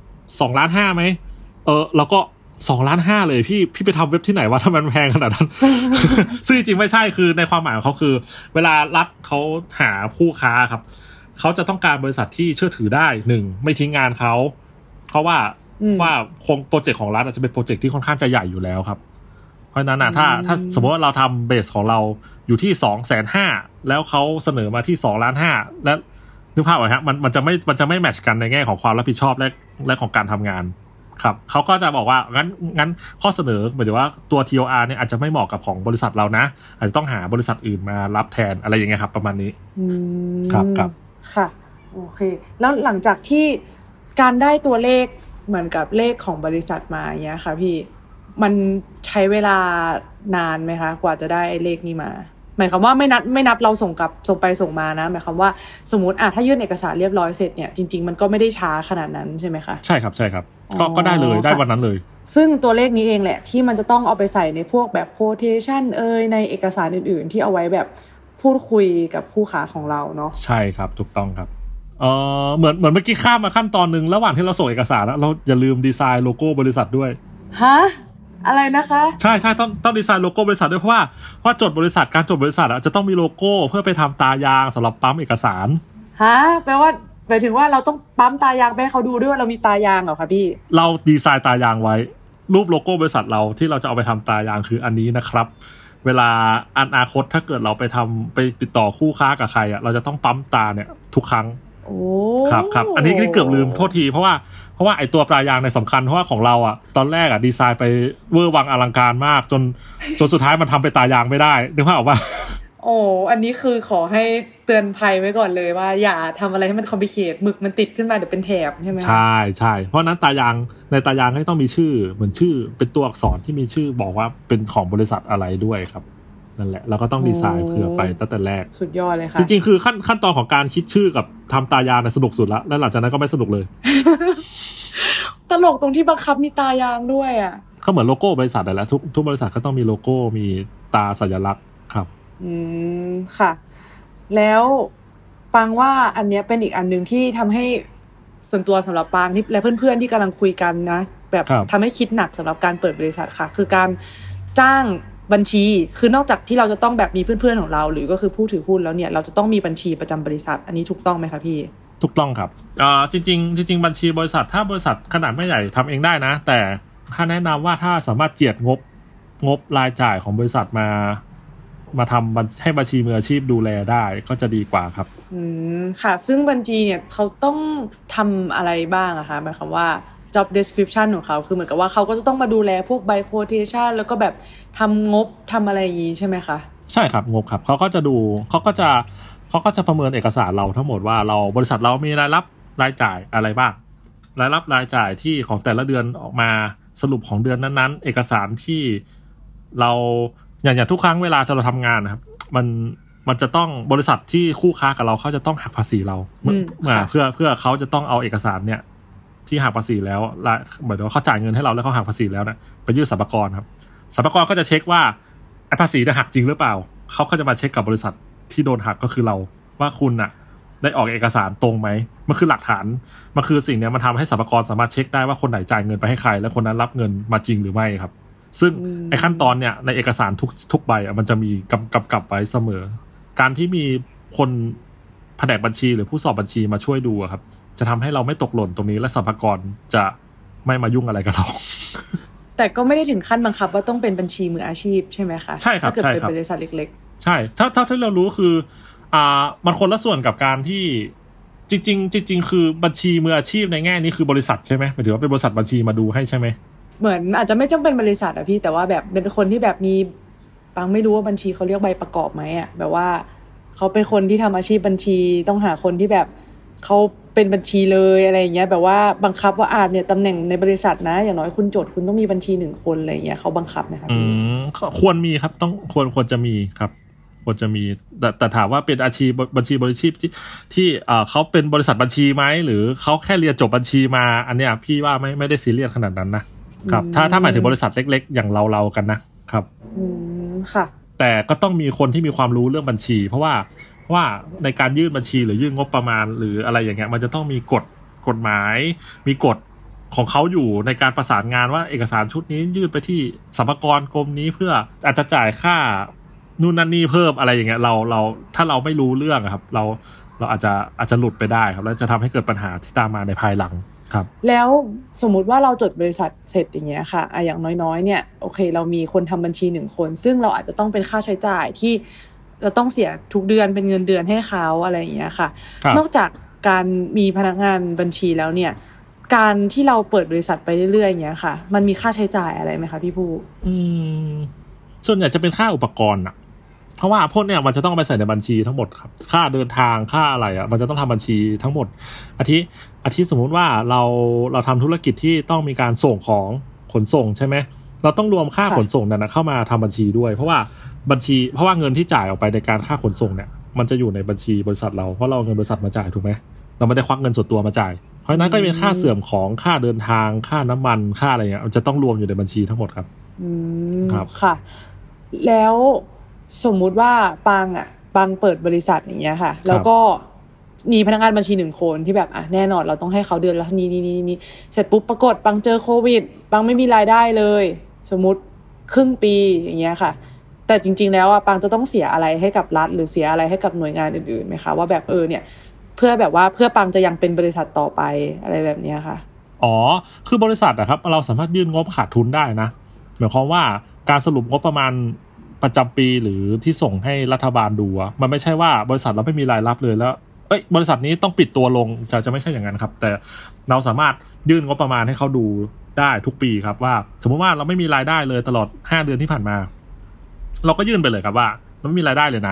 S4: 2.5 ล้านไหมแล้วก็2.5 ล้านเลยพี่ไปทำเว็บที่ไหนวะทำไมมันแพงขนาดนั้น ซึ่งจริงไม่ใช่คือในความหมายของเขาคือเวลารัฐเขาหาผู้ค้าครับเขาจะต้องการบริษัทที่เชื่อถือได้1ไม่ทิ้งงานเขาเพราะว่าโปรเจกต์ของรัฐอาจจะเป็นโปรเจกต์ที่ค่อนข้างจะใหญ่อยู่แล้วครับเพราะฉะนั้นถ้าสมมติว่าเราทำเบสของเราอยู่ที่ 250,000 แล้วเขาเสนอมาที่2.5 ล้านและนึกภาพออกฮะมันจะไม่แมทช์กันในแง่ของความรับผิดชอบและของการทำงานครับเขาก็จะบอกว่างั้นข้อเสนอหมายถึงว่าตัว TOR เนี่ยอาจจะไม่เหมาะกับของบริษัทเรานะอาจจะต้องหาบริษัทอื่นมารับแทนอะไรอย่างเงี้ยครับประมาณนี้ครับ
S3: ค่ะโอเคแล้วหลังจากที่การได้ตัวเลขเหมือนกับเลขของบริษัทมาอย่างเงี้ยค่ะพี่มันใช้เวลานานไหมคะกว่าจะได้เลขนี้มาหมายความว่าไม่นับเราส่งไปส่งมานะหมายความว่าสมมติถ้ายื่นเอกสารเรียบร้อยเสร็จเนี่ยจริงๆมันก็ไม่ได้ช้าขนาดนั้นใช่ไหมคะ
S4: ใช่ครับก็ได้เลยได้วันนั้นเลย
S3: ซึ่งตัวเลขนี้เองแหละที่มันจะต้องเอาไปใส่ในพวกแบบ quotation ในเอกสารอื่นๆที่เอาไว้แบบพูดคุยกับคู่ค้าของเราเนาะ
S4: ใช่ครับถูกต้องครับเหมือนเมื่อกี้ข้ามมาขั้นตอนนึงระหว่างที่เราส่งเอกสารเราอย่าลืมดีไซน์โลโก้บริษัทด้วย
S3: ฮะอะไรนะคะ
S4: ใช่ต้องดีไซน์โลโก้บริษัทด้วยเพราะว่าการจดบริษัทจะต้องมีโลโก้เพื่อไปทำตายางสำหรับปั๊มเอกสาร
S3: ฮะแปลว่าหมายถึงว่าเราต้องปั๊มตายางไปให้เขาดูด้วยว่าเรามีตายางเหรอคะพี่
S4: เราดีไซน์ตายางไว้รูปโลโก้บริษัทเราที่เราจะเอาไปทำตายางคืออันนี้นะครับเวลาอนาคตถ้าเกิดเราไปติดต่อคู่ค้ากับใครเราจะต้องปั๊มตาเนี่ยทุกครั้งครับอันนี้เกือบลืมโทษทีเพราะว่าไอตัวปลายางในสำคัญเพราะว่าของเราตอนแรกดีไซน์ไปเวอร์วังอลังการมากจนสุดท้ายมันทำไปตายางไม่ได้นึกภาพออกป่ะ
S3: โอ้อันนี้คือขอให้เตือนภัยไว้ก่อนเลยว่าอย่าทำอะไรให้มันคอมพลิเคทหมึกมันติดขึ้นมาเดี๋ยวเป็นแถบใช่ไหม
S4: ใช่ใช่เพราะนั้นตายางในตายางให้ต้องมีชื่อเหมือนชื่อเป็นตัวอักษรที่มีชื่อบอกว่าเป็นของบริษัทอะไรด้วยครับนั่นแหละเราก็ต้องดีไซน์เผื่อไปตั้งแต่แรก
S3: สุดยอดเลยค่ะ
S4: จริงๆคือขั้นตอนของการคิดชื่อกับทำตายางสนุกสุดแล้วหลังจากนั้นก็ไม่สนุกเลย
S3: ตลกตรงที่บังคับมีตายางด้วยอ่ะ
S4: ก็เหมือนโลโก้บริษัทอะไรทุกบริษัทก็ต้องมีโลโก้มีตาสัญลักษณ์ครับ
S3: ค่ะแล้วปังว่าอันเนี้ยเป็นอีกอันนึงที่ทำให้ส่วนตัวสำหรับปังที่และเพื่อนๆที่กำลังคุยกันนะแบบทำให้คิดหนักสำหรับการเปิดบริษัทค่ะคือการจ้างบัญชีคือนอกจากที่เราจะต้องแบบมีเพื่อนๆของเราหรือก็คือผู้ถือหุ้นแล้วเนี่ยเราจะต้องมีบัญชีประจำบริษัทอันนี้ถูกต้องไหมคะพี่
S4: ถูกต้องครับจริงบัญชีบริษัทถ้าบริษัทขนาดไม่ใหญ่ทำเองได้นะแต่ถ้าแนะนำว่าถ้าสามารถเจียดงบรายจ่ายของบริษัทมาทำให้บัญชีมืออาชีพดูแลได้ก็จะดีกว่าครับ
S3: ค่ะซึ่งบัญชีเนี่ยเขาต้องทำอะไรบ้างอะคะหมายความว่า job description ของเขาคือเหมือนกับว่าเขาก็จะต้องมาดูแลพวก by quotation แล้วก็แบบทำงบทำอะไรอย่างนี้ใช่ไหมคะ
S4: ใช่ครับงบครับเขาก็จะประเมินเอกสารเราทั้งหมดว่าเราบริษัทเรามีรายรับรายจ่ายอะไรบ้างรายรับรายจ่ายที่ของแต่ละเดือนออกมาสรุปของเดือนนั้นๆเอกสารที่เราอย่างทุกครั้งเวลาเราทำงานนะครับมันจะต้องบริษัทที่คู่ค้ากับเราเขาจะต้องหักภาษีเราเพื่อเขาจะต้องเอาเอกสารเนี่ยที่หักภาษีแล้วเหมือนว่าเขาจ่ายเงินให้เราแล้วเขาหักภาษีแล้วนะไปยื่นสรรพากรครับสรรพากรก็จะเช็คว่าไอ้ภาษีได้หักจริงหรือเปล่าเขาก็จะมาเช็คกับบริษัทที่โดนหักก็คือเราว่าคุณน่ะได้ออกเอกสารตรงไหมมันคือหลักฐานมันคือสิ่งนี้มันทำให้สรรพากรสามารถเช็คได้ว่าคนไหนจ่ายเงินไปให้ใครและคนนั้นรับเงินมาจริงหรือไม่ครับซึ่งไอ้ขั้นตอนเนี่ยในเอกสารทุกใบมันจะมีกำกับไว้เสมอการที่มีคนแผนกบัญชีหรือผู้สอบบัญชีมาช่วยดูครับจะทำให้เราไม่ตกหล่นตรงนี้และสรรพากรจะไม่มายุ่งอะไรกับเรา
S3: แต่ก็ไม่ได้ถึงขั้นบังคับว่าต้องเป็นบัญชีมืออาชีพใช่ไหมคะ
S4: ใช่ครับ
S3: ถ้าเกิดเป็นบริษัทเล็ก
S4: ๆใช่ถ้าที่เรารู้คือมันคนละส่วนกับการที่จริงคือบัญชีมืออาชีพในแง่นี้คือบริษัทใช่ไหมหมายถึงว่าเป็นบริษัทบัญชีมาดูให้ใช่ไหม
S3: เหมือนอาจจะไม่จำเป็นบริษัทอะพี่แต่ว่าแบบเป็นคนที่แบบมีปังไม่รู้ว่าบัญชีเขาเรียกใบประกอบไหมอะแบบว่าเขาเป็นคนที่ทำอาชีพบัญชีต้องหาคนที่แบบเขาเป็นบัญชีเลยอะไรอย่างเงี้ยแบบว่าบังคับว่าเนี่ยตำแหน่งในบริษัทนะอย่างน้อยคุณจดคุณต้องมีบัญชี1คนอะไรอย่างเงี้ยเขาบังคับไหมคะ
S4: ควรมีครับต้องควรจะมีครับควรจะมีแต่ถามว่าเป็นอาชีพบัญชีบริษัทที่เขาเป็นบริษัทบัญชีไหมหรือเขาแค่เรียนจบบัญชีมาอันเนี้ยพี่ว่าไม่ได้ซีเรียสขนาดนั้นนะครับถ้าหมายถึงบริษัทเล็กๆอย่างเรากันนะครับ
S3: ค่ะ
S4: แต่ก็ต้องมีคนที่มีความรู้เรื่องบัญชีเพราะว่าในการยื่นบัญชีหรือยื่นงบประมาณหรืออะไรอย่างเงี้ยมันจะต้องมีกฎหมายมีกฎของเขาอยู่ในการประสานงานว่าเอกสารชุดนี้ยื่นไปที่สรรพากรกรมนี้เพื่ออาจจะจ่ายค่านู่นนั่นนี่เพิ่มอะไรอย่างเงี้ยเราถ้าเราไม่รู้เรื่องครับเราอาจจะหลุดไปได้ครับแล้วจะทำให้เกิดปัญหาที่ตามมาในภายหลังครับ
S3: แล้วสมมุติว่าเราจดบริษัทเสร็จอย่างเงี้ยค่ะอย่างน้อยๆเนี่ยโอเคเรามีคนทำบัญชี1คนซึ่งเราอาจจะต้องเป็นค่าใช้จ่ายที่เราต้องเสียทุกเดือนเป็นเงินเดือนให้เขาอะไรอย่างเงี้ยค่ะนอกจากการมีพนักงานบัญชีแล้วเนี่ยการที่เราเปิดบริษัทไปเรื่อยๆอย่างเงี้ยค่ะมันมีค่าใช้จ่ายอะไรไหมคะพี่ผู้
S4: ส่วนใหญ่จะเป็นค่าอุปกรณ์เพราะว่าพวกเนี่ยมันจะต้องไปใส่ในบัญชีทั้งหมดครับค่าเดินทางค่าอะไรมันจะต้องทำบัญชีทั้งหมดอาทิสมมุติว่าเราทำธุรกิจที่ต้องมีการส่งของขนส่งใช่ไหมเราต้องรวมค่าขนส่งนั้นเข้ามาทำบัญชีด้วยเพราะว่าเงินที่จ่ายออกไปในการค่าขนส่งเนี่ยมันจะอยู่ในบัญชีบริษัทเราเพราะเราเอาเงินบริษัทมาจ่ายถูกไหมเราไม่ได้ควักเงินส่วนตัวมาจ่ายเพราะนั้นก็เป็นค่าเสื่อมของค่าเดินทางค่าน้ำมันค่าอะไรเงี้ยจะต้องรวมอยู่ในบัญชีทั้งหมดครับ
S3: ครับค่ะแล้วสมมุติว่าปังเปิดบริษัทอย่างเงี้ยค่ะแล้วก็มีพนักงานบัญชี1คนที่แบบแน่นอนเราต้องให้เขาเดือนละนี้เสร็จปุ๊บปรากฏปังเจอโควิดปังไม่มีรายได้เลยสมมุติครึ่งปีอย่างเงี้ยค่ะแต่จริงๆแล้วปังจะต้องเสียอะไรให้กับรัฐหรือเสียอะไรให้กับหน่วยงานอื่นๆไหมคะว่าแบบเนี่ยเพื่อปังจะยังเป็นบริษัทต่อไปอะไรแบบนี้ค่ะ
S4: คือบริษัทครับเราสามารถยื่นงบขาดทุนได้นะหมายความว่าการสรุปงบประมาณประจำปีหรือที่ส่งให้รัฐบาลดูมันไม่ใช่ว่าบริษัทเราไม่มีรายรับเลยแล้วบริษัทนี้ต้องปิดตัวลงจะไม่ใช่อย่างนั้นครับแต่เราสามารถยื่นงบประมาณให้เขาดูได้ทุกปีครับว่าสมมติว่าเราไม่มีรายได้เลยตลอด5เดือนที่ผ่านมาเราก็ยื่นไปเลยครับว่าเราไม่มีรายได้เลยนะ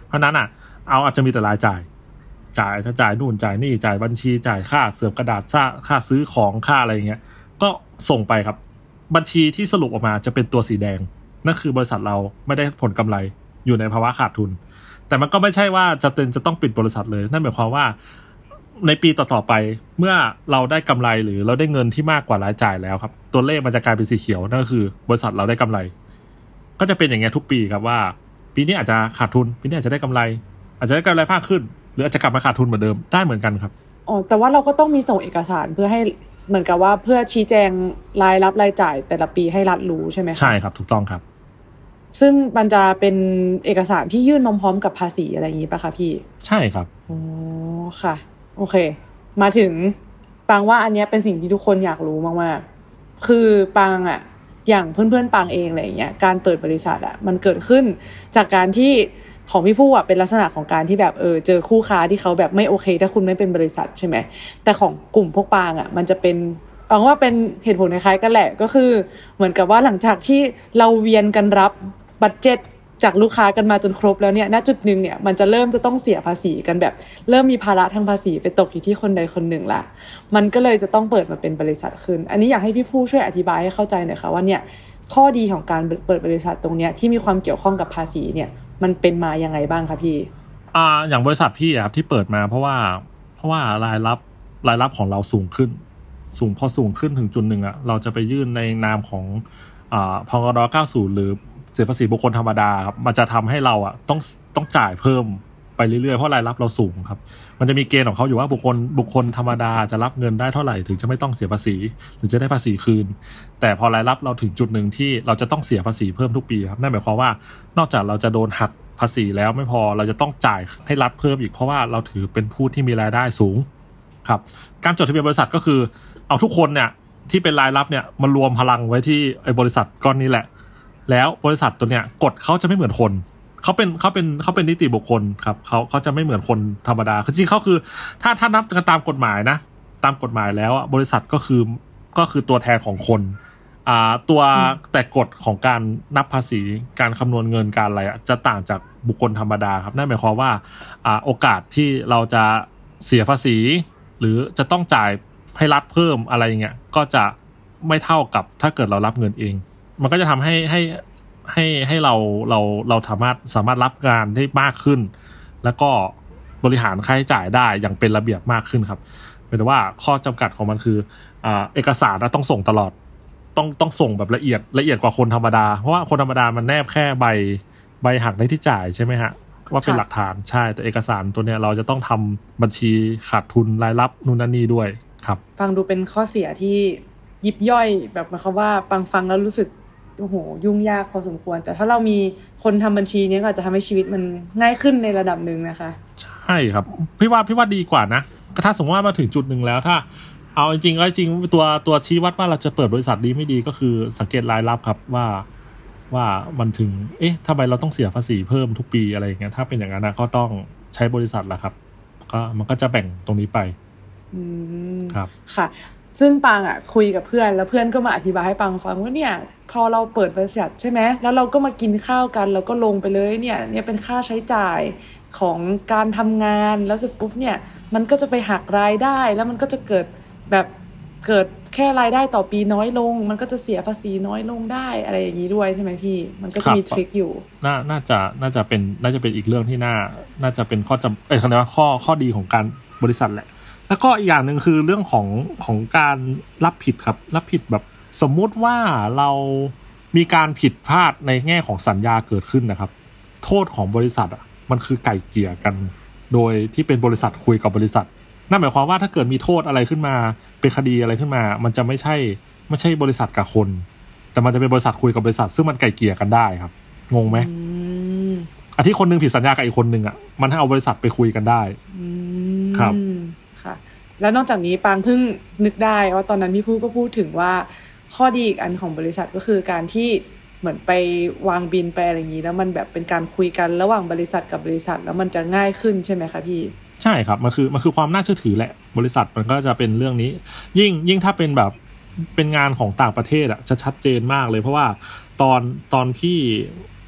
S4: เพราะนั้นอ่ะอาจจะมีแต่รายจ่ายถ้าจ่ายนู่นจ่ายนี่จ่ายบัญชีจ่ายค่าเสิร์ฟกระดาษค่าซื้อของค่าอะไรอย่างเงี้ยก็ส่งไปครับบัญชีที่สรุปออกมาจะเป็นตัวสีแดงนั่นคือบริษัทเราไม่ได้ผลกำไรอยู่ในภาวะขาดทุนแต่มันก็ไม่ใช่ว่าจะต้องปิดบริษัทเลยนั่นหมายความว่าในปีต่อๆไปเมื่อเราได้กำไรหรือเราได้เงินที่มากกว่ารายจ่ายแล้วครับตัวเลขมันจะกลายเป็นสีเขียวนั่นก็คือบริษัทเราได้กำไรก็จะเป็นอย่างเงี้ยทุกปีครับว่าปีนี้อาจจะขาดทุนปีนี้อาจจะได้กำไรอาจจะได้กำไรมากขึ้นหรืออาจจะกลับมาขาดทุนเหมือนเดิมได้เหมือนกันครับ
S3: อ๋อแต่ว่าเราก็ต้องมีส่งเอกสารเพื่อให้เหมือนกับว่าเพื่อชี้แจงรายรับรายจ่ายแต่ละปีให้รัฐรู้ใช่ไหมคะ
S4: ใช่ครับถูกต้องครับ
S3: ซึ่งมันจะเป็นเอกสารที่ยื่นพร้อมๆกับภาษีอะไรอย่างนี้ป่ะคะพี่
S4: ใช่ครับ
S3: อ๋อค่ะโอเคมาถึงปังว่าอันนี้เป็นสิ่งที่ทุกคนอยากรู้มากๆคือปังอ่ะอย่างเพื่อนๆปังเองอะไรอย่างเงี้ยการเปิดบริษัทอ่ะมันเกิดขึ้นจากการที่ของพี่ผู้อ่ะเป็นลักษณะของการที่แบบเจอคู่ค้าที่เขาแบบไม่โอเคถ้าคุณไม่เป็นบริษัทใช่ไหมแต่ของกลุ่มพวกปางอ่ะมันจะเป็นปังว่าเป็นเหตุผลคล้ายๆกันแหละก็คือเหมือนกับว่าหลังจากที่เราเวียนกันรับบัดเจ็ตจากลูกค้ากันมาจนครบแล้วเนี่ยณจุดนึงเนี่ยมันจะต้องเสียภาษีกันแบบเริ่มมีภาระทางภาษีไปตกอยู่ที่คนใดคนหนึ่งละมันก็เลยจะต้องเปิดมาเป็นบริษัทขึ้นอันนี้อยากให้พี่ผู้ช่วยอธิบายให้เข้าใจหน่อยค่ะว่าเนี่ยข้อดีของการเปิดบริษัทตรงเนี้ยที่มีความเกี่ยวข้องกับภาษีเนี่ยมันเป็นมายังไงบ้างคะพี่
S4: อย่างบริษัทพี่ครับที่เปิดมาเพราะว่ารายรับของเราสูงขึ้นพอสูงขึ้นถึงจุดหนึ่งอ่ะเราจะไปยื่นในนามของพกด90หรือเสียภาษีบุคคลธรรมดาครับมันจะทำให้เราอ่ะต้องจ่ายเพิ่มไปเรื่อยๆเพราะรายรับเราสูงครับมันจะมีเกณฑ์ของเขาอยู่ว่าบุคคลธรรมดาจะรับเงินได้เท่าไหร่ถึงจะไม่ต้องเสียภาษีหรือจะได้ภาษีคืนแต่พอรายรับเราถึงจุดหนึ่งที่เราจะต้องเสียภาษีเพิ่มทุกปีครับนั่นหมายความว่านอกจากเราจะโดนหักภาษีแล้วไม่พอเราจะต้องจ่ายให้รัฐเพิ่มอีกเพราะว่าเราถือเป็นผู้ที่มีรายได้สูงครับการจดทะเบียนบริษัทก็คือเอาทุกคนเนี่ยที่เป็นรายรับเนี่ยมารวมพลังไว้ที่ไอ้บริษัทก้อนนี้แหละแล้วบริษัทตัวเนี้ยกฎเขาจะไม่เหมือนคนเขาเป็นนิติบุคคลครับเขาจะไม่เหมือนคนธรรมดาจริงเขาคือถ้านับกันตามกฎหมายนะตามกฎหมายแล้วบริษัทก็คือตัวแทนของคนตัวแต่กฎของการนับภาษีการคำนวณเงินการอะไรจะต่างจากบุคคลธรรมดาครับนั่นหมายความว่าโอกาสที่เราจะเสียภาษีหรือจะต้องจ่ายให้รัฐเพิ่มอะไรอย่างเงี้ยก็จะไม่เท่ากับถ้าเกิดเรารับเงินเองมันก็จะทำให้เราสามารถรับงานได้มากขึ้นแล้วก็บริหารค่าใช้จ่ายได้อย่างเป็นระเบียบมากขึ้นครับเป็นว่าข้อจำกัดของมันคือเอกสารต้องส่งตลอดต้องส่งแบบละเอียดกว่าคนธรรมดาเพราะว่าคนธรรมดามันแนบแค่ใบหักในที่จ่ายใช่ไหมฮะว่าเป็นหลักฐานใช่แต่เอกสารตัวเนี้ยเราจะต้องทำบัญชีขาดทุนรายรับนู่นนั่นนี่ด้วยครับ
S3: ฟังดูเป็นข้อเสียที่ยิบย่อยแบบหมายความว่าฟังแล้วรู้สึกโอ้โหยุ่งยากพอสมควรแต่ถ้าเรามีคนทำบัญชีนี้ก็จะทำให้ชีวิตมันง่ายขึ้นในระดับนึงนะคะ
S4: ใช่ครับพี่ว่าดีกว่านะก็ถ้าสมมติว่ามาถึงจุดนึงแล้วถ้าเอาจริงตัวชี้วัดว่าเราจะเปิดบริษัทดีไม่ดีก็คือสังเกตรายรับครับว่ามันถึงทำไมเราต้องเสียภาษีเพิ่มทุกปีอะไรอย่างเงี้ยถ้าเป็นอย่างนั้นนะก็ต้องใช้บริษัทละครับก็มันก็จะแบ่งตรงนี้ไปครับ
S3: ค่ะซึ่งปังคุยกับเพื่อนแล้วเพื่อนก็มาอธิบายให้ปังฟังว่าเนี่ยพอเราเปิดบริษัทใช่ไหมแล้วเราก็มากินข้าวกันเราก็ลงไปเลยเนี่ยเป็นค่าใช้จ่ายของการทำงานแล้วเสร็จปุ๊บเนี่ยมันก็จะไปหักรายได้แล้วมันก็จะเกิดแค่รายได้ต่อปีน้อยลงมันก็จะเสียภาษีน้อยลงได้อะไรอย่างนี้ด้วยใช่ไหมพี่มันก็จะมีทริคอยู่
S4: น่าจะเป็นอีกเรื่องที่น่าจะเป็นข้อเขาเรียกว่าข้อดีของการบริษัทแหละแล้วก็อีกอย่างนึงคือเรื่องของการรับผิดครับรับผิดแบบสมมุติว่าเรามีการผิดพลาดในแง่ของสัญญาเกิดขึ้นนะครับโทษของบริษัทมันคือไก่เกลี่ยกันโดยที่เป็นบริษัทคุยกับบริษัทนั่นหมายความว่าถ้าเกิดมีโทษอะไรขึ้นมาเป็นคดีอะไรขึ้นมามันจะไม่ใช่บริษัทกับคนแต่มันจะเป็นบริษัทคุยกับบริษัทซึ่งมันไก่เกลี่ยกันได้ครับงงไหมที่คนนึงผิดสัญญากับอีกคนนึงมันให้เอาบริษัทไปคุยกันได้ครับ
S3: ค่ะแล้วนอกจากนี้ปางเพิ่งนึกได้ว่าตอนนั้นพี่ผู้ก็พูดถึงว่าข้อดีอีกอันของบริษัทก็คือการที่เหมือนไปวางบินไปอะไรอย่างนี้แล้วมันแบบเป็นการคุยกันระหว่างบริษัทกับบริษัทแล้วมันจะง่ายขึ้นใช่ไหมคะพี่
S4: ใช่ครับมันคือความน่าเชื่อถือแหละบริษัทมันก็จะเป็นเรื่องนี้ยิ่งถ้าเป็นแบบเป็นงานของต่างประเทศจะชัดเจนมากเลยเพราะว่าตอนพี่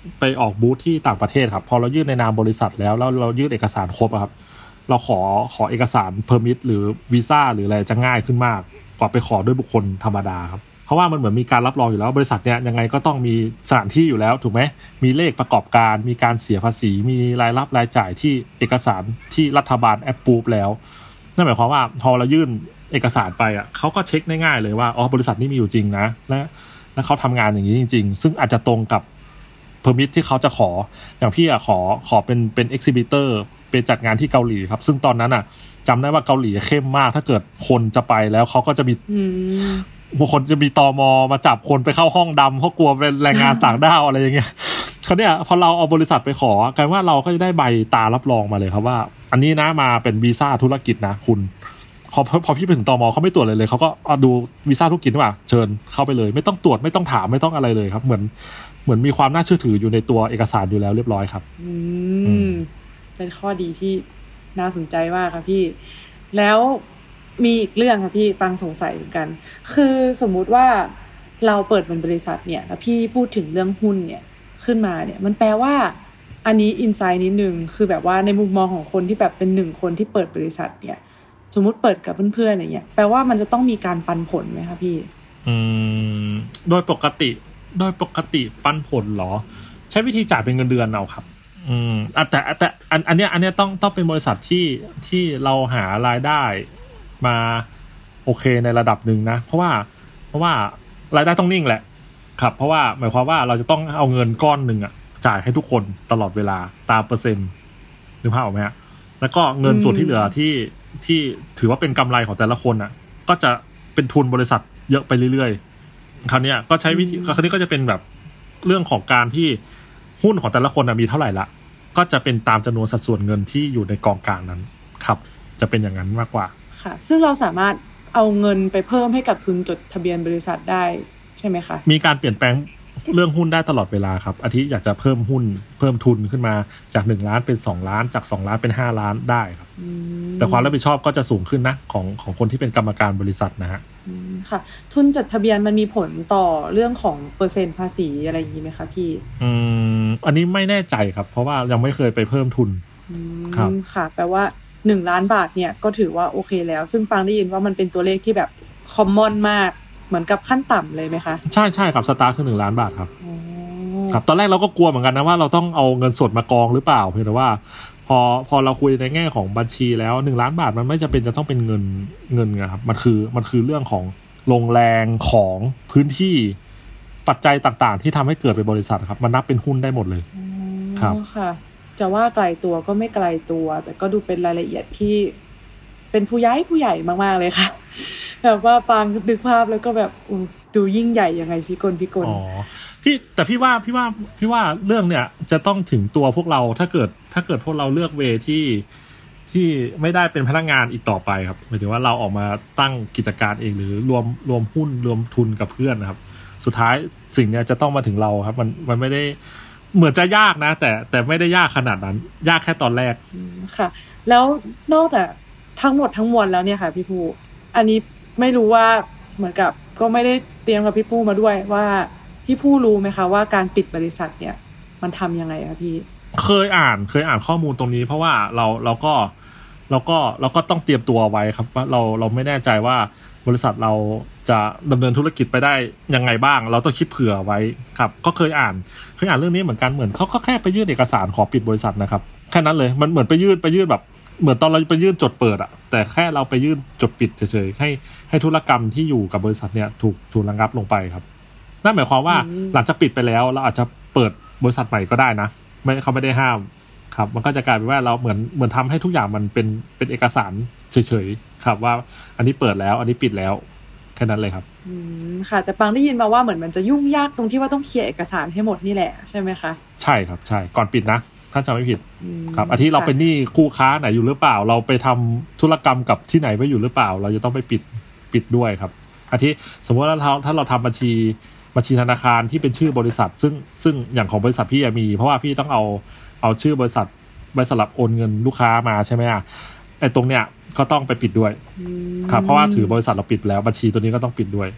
S4: ไปออกบูธที่ต่างประเทศครับพอเรายื่นในนามบริษัทแล้วเรายื่นเอกสารครบครับเราขอเอกสารเพอร์มิทหรือวีซ่าหรืออะไรจะง่ายขึ้นมากกว่าไปขอด้วยบุคคลธรรมดาครับเพราะว่ามันเหมือนมีการรับรองอยู่แล้วบริษัทเนี้ยยังไงก็ต้องมีสถานที่อยู่แล้วถูกไหมมีเลขประกอบการมีการเสียภาษีมีรายรับรายจ่ายที่เอกสารที่รัฐบาลแอปพูฟแล้วนั่นหมายความว่าพอเรายื่นเอกสารไปอ่ะเขาก็เช็คได้ง่ายเลยว่าอ๋อบริษัทนี้มีอยู่จริงนะและเขาทำงานอย่างนี้จริงๆซึ่งอาจจะตรงกับเพอร์มิทที่เขาจะขออย่างพี่อ่ะขอเป็นเอ็กซิบิเตอร์เป็นจัดงานที่เกาหลีครับซึ่งตอนนั้นอ่ะจำได้ว่าเกาหลีเข้มมากถ้าเกิดคนจะไปแล้วเขาก็จะมีบางคนจะมีตม.มาจับคนไปเข้าห้องดำเพราะกลัวเป็นแรงงานต่างด้าวอะไรอย่างเงี้ยเขาเนี่ยพอเราเอาบริษัทไปขอกลายว่าเราก็จะได้ใบตารับรองมาเลยครับว่าอันนี้นะมาเป็นวีซ่าธุรกิจนะคุณพอพี่ไปถึงตม.เขาไม่ตรวจเลยเขาก็ดูวีซ่าธุรกิจว่าเชิญเข้าไปเลยไม่ต้องตรวจไม่ต้องถามไม่ต้องอะไรเลยครับเหมือนมีความน่าเชื่อถืออยู่ในตัวเอกสารอยู่แล้วเรียบร้อยครับ
S3: เป็นข้อดีที่น่าสนใจมากครับพี่แล้วมีอีกเรื่องค่ะพี่ปังสงสัยเหมือนกันคือสมมุติว่าเราเปิดเป็นบริษัทเนี่ยแล้วพี่พูดถึงเรื่องหุ้นเนี่ยขึ้นมาเนี่ยมันแปลว่าอันนี้อินไซต์นิดนึงคือแบบว่าในมุมมองของคนที่แบบเป็น1คนที่เปิดบริษัทเนี่ยสมมุติเปิดกับเพื่อนๆอย่างเงี้ยแปลว่ามันจะต้องมีการปันผลไหมคะพี่
S4: โดยปกติปันผลเหรอใช้วิธีจ่ายเป็นเงินเดือนเอาครับแต่อันเนี้ยต้องเป็นบริษัทที่เราหารายได้มาโอเคในระดับหนึ่งนะเพราะว่ารายได้ต้องนิ่งแหละครับเพราะว่าหมายความว่าเราจะต้องเอาเงินก้อนหนึ่งอ่ะจ่ายให้ทุกคนตลอดเวลาตามเปอร์เซ็นต์นึกภาพออกไหมฮะแล้วก็เงินส่วนที่เหลือที่ถือว่าเป็นกำไรของแต่ละคนอ่ะก็จะเป็นทุนบริษัทเยอะไปเรื่อยๆคราวนี้ก็ใช้วิธีคราวนี้ก็จะเป็นแบบเรื่องของการที่หุ้นของแต่ละคนมีเท่าไหร่ละก็จะเป็นตามจำนวนสัดส่วนเงินที่อยู่ในกองกลางนั้นครับจะเป็นอย่างนั้นมากกว่า
S3: ค่ะซึ่งเราสามารถเอาเงินไปเพิ่มให้กับทุนจดทะเบียนบริษัทได้ใช่ไหมคะ
S4: มีการเปลี่ยนแปลงเรื่องหุ้นได้ตลอดเวลาครับอาทิอยากจะเพิ่มหุ้นเพิ่มทุนขึ้นมาจาก1ล้านเป็น2ล้านจาก2ล้านเป็น5ล้านได้ครับแต่ความรับผิดชอบก็จะสูงขึ้นนะของคนที่เป็นกรรมการบริษัทนะฮะ
S3: ค่ะทุนจดทะเบียนมันมีผลต่อเรื่องของเปอร์เซ็นต์ภาษีอะไรอย่างนี้ไหมคะพี่
S4: อันนี้ไม่แน่ใจครับเพราะว่ายังไม่เคยไปเพิ่มทุน
S3: ครับค่ะแปลว่า1ล้านบาทเนี่ยก็ถือว่าโอเคแล้วซึ่งปังได้ยินว่ามันเป็นตัวเลขที่แบบคอมมอนมากเหมือนกับขั้นต่ำเลยไหมคะ
S4: ใช่ครับสตาร์ทคือ1ล้านบาทครับครับตอนแรกเราก็กลัวเหมือนกันนะว่าเราต้องเอาเงินสดมากองหรือเปล่าเพียงแต่ว่าพอเราคุยในแง่ของบัญชีแล้ว1ล้านบาทมันไม่จำเป็นจะต้องเป็นเงินครับมันคือเรื่องของลงแรงของพื้นที่ปัจจัยต่างๆที่ทำให้เกิดเป็นบริษัทครับมันนับเป็นหุ้นได้หมดเลย
S3: ครับค่ะจะว่าไกลตัวก็ไม่ไกลตัวแต่ก็ดูเป็นรายละเอียดที่เป็นผู้ใหญ่มากๆเลยค่ะแบบว่าฟังนึกภาพแล้วก็แบบดูยิ่งใหญ่ยังไงพี่กล
S4: แต่พี่ว่าเรื่องเนี่ยจะต้องถึงตัวพวกเราถ้าเกิดพวกเราเลือกเวที่ไม่ได้เป็นพนักงานอีกต่อไปครับหมายถึงว่าเราออกมาตั้งกิจการเองหรือรวมหุ้นรวมทุนกับเพื่อนนะครับสุดท้ายสิ่งเนี้ยจะต้องมาถึงเราครับมันไม่ได้เหมือนจะยากนะแต่ไม่ได้ยากขนาดนั้นยากแค่ตอนแรก
S3: ค่ะแล้วนอกจากทั้งหมดทั้งมวลแล้วเนี่ยค่ะพี่ภูอันนี้ไม่รู้ว่าเหมือนกับก็ไม่ได้เตรียมกับพี่ภูมาด้วยว่าพี่ภูรู้ไหมคะว่าการปิดบริษัทเนี่ยมันทำยังไงคะพี่
S4: เคยอ่านข้อมูลตรงนี้เพราะว่าเราก็ต้องเตรียมตัวไว้ครับว่าเราไม่แน่ใจว่าบริษัทเราจะดำเนินธุรกิจไปได้ยังไงบ้างเราต้องคิดเผื่อไว้ครับก็เคยอ่านเรื่องนี้เหมือนกันเหมือนเขาก็แค่ไปยื่นเอกสารขอปิดบริษัทนะครับแค่นั้นเลยมันเหมือนไปยื่นแบบเหมือนตอนเราไปยื่นจดเปิดอะแต่แค่เราไปยื่นจดปิดเฉยๆให้ธุรกรรมที่อยู่กับบริษัทเนี่ยถูกระงับลงไปครับนั่นหมายความว่าหลังจากปิดไปแล้วเราอาจจะเปิดบริษัทใหม่ก็ได้นะเขาไม่ได้ห้ามครับมันก็จะกลายเป็นว่าเราเหมือนทำให้ทุกอย่างมันเป็นเอกสารเฉยๆครับว่าอันนี้เปิดแล้วอันนี้ปิดแล้วแค่นั้นเลยครับ
S3: ค่ะแต่ปังได้ยินมาว่าเหมือนมันจะยุ่งยากตรงที่ว่าต้องเคลียร์เอกสารให้หมดนี่แหละใช่ไหมคะ
S4: ใช่ครับใช่ก่อนปิดนะถ้าจำไม่ผิดครับอาทิเราเป็นหนี้คู่ค้าไหนอยู่หรือเปล่าเราไปทำธุรกรรมกับที่ไหนไว้อยู่หรือเปล่าเราจะต้องไปปิดด้วยครับอาทิสมมติว่าถ้าเราทำบัญชีธนาคารที่เป็นชื่อบริษัทซึ่งอย่างของบริษัทพี่มีเพราะว่าพี่ต้องเอาชื่อบริษัทรับโอนเงินลูกค้ามาใช่ไหมไอ้ตรงเนี้ยก็ต้องไปปิดด้วยครับเพราะว่าถือบริษัทเราปิดแล้วบัญชีตัวนี้ก็ต้องปิดด้วย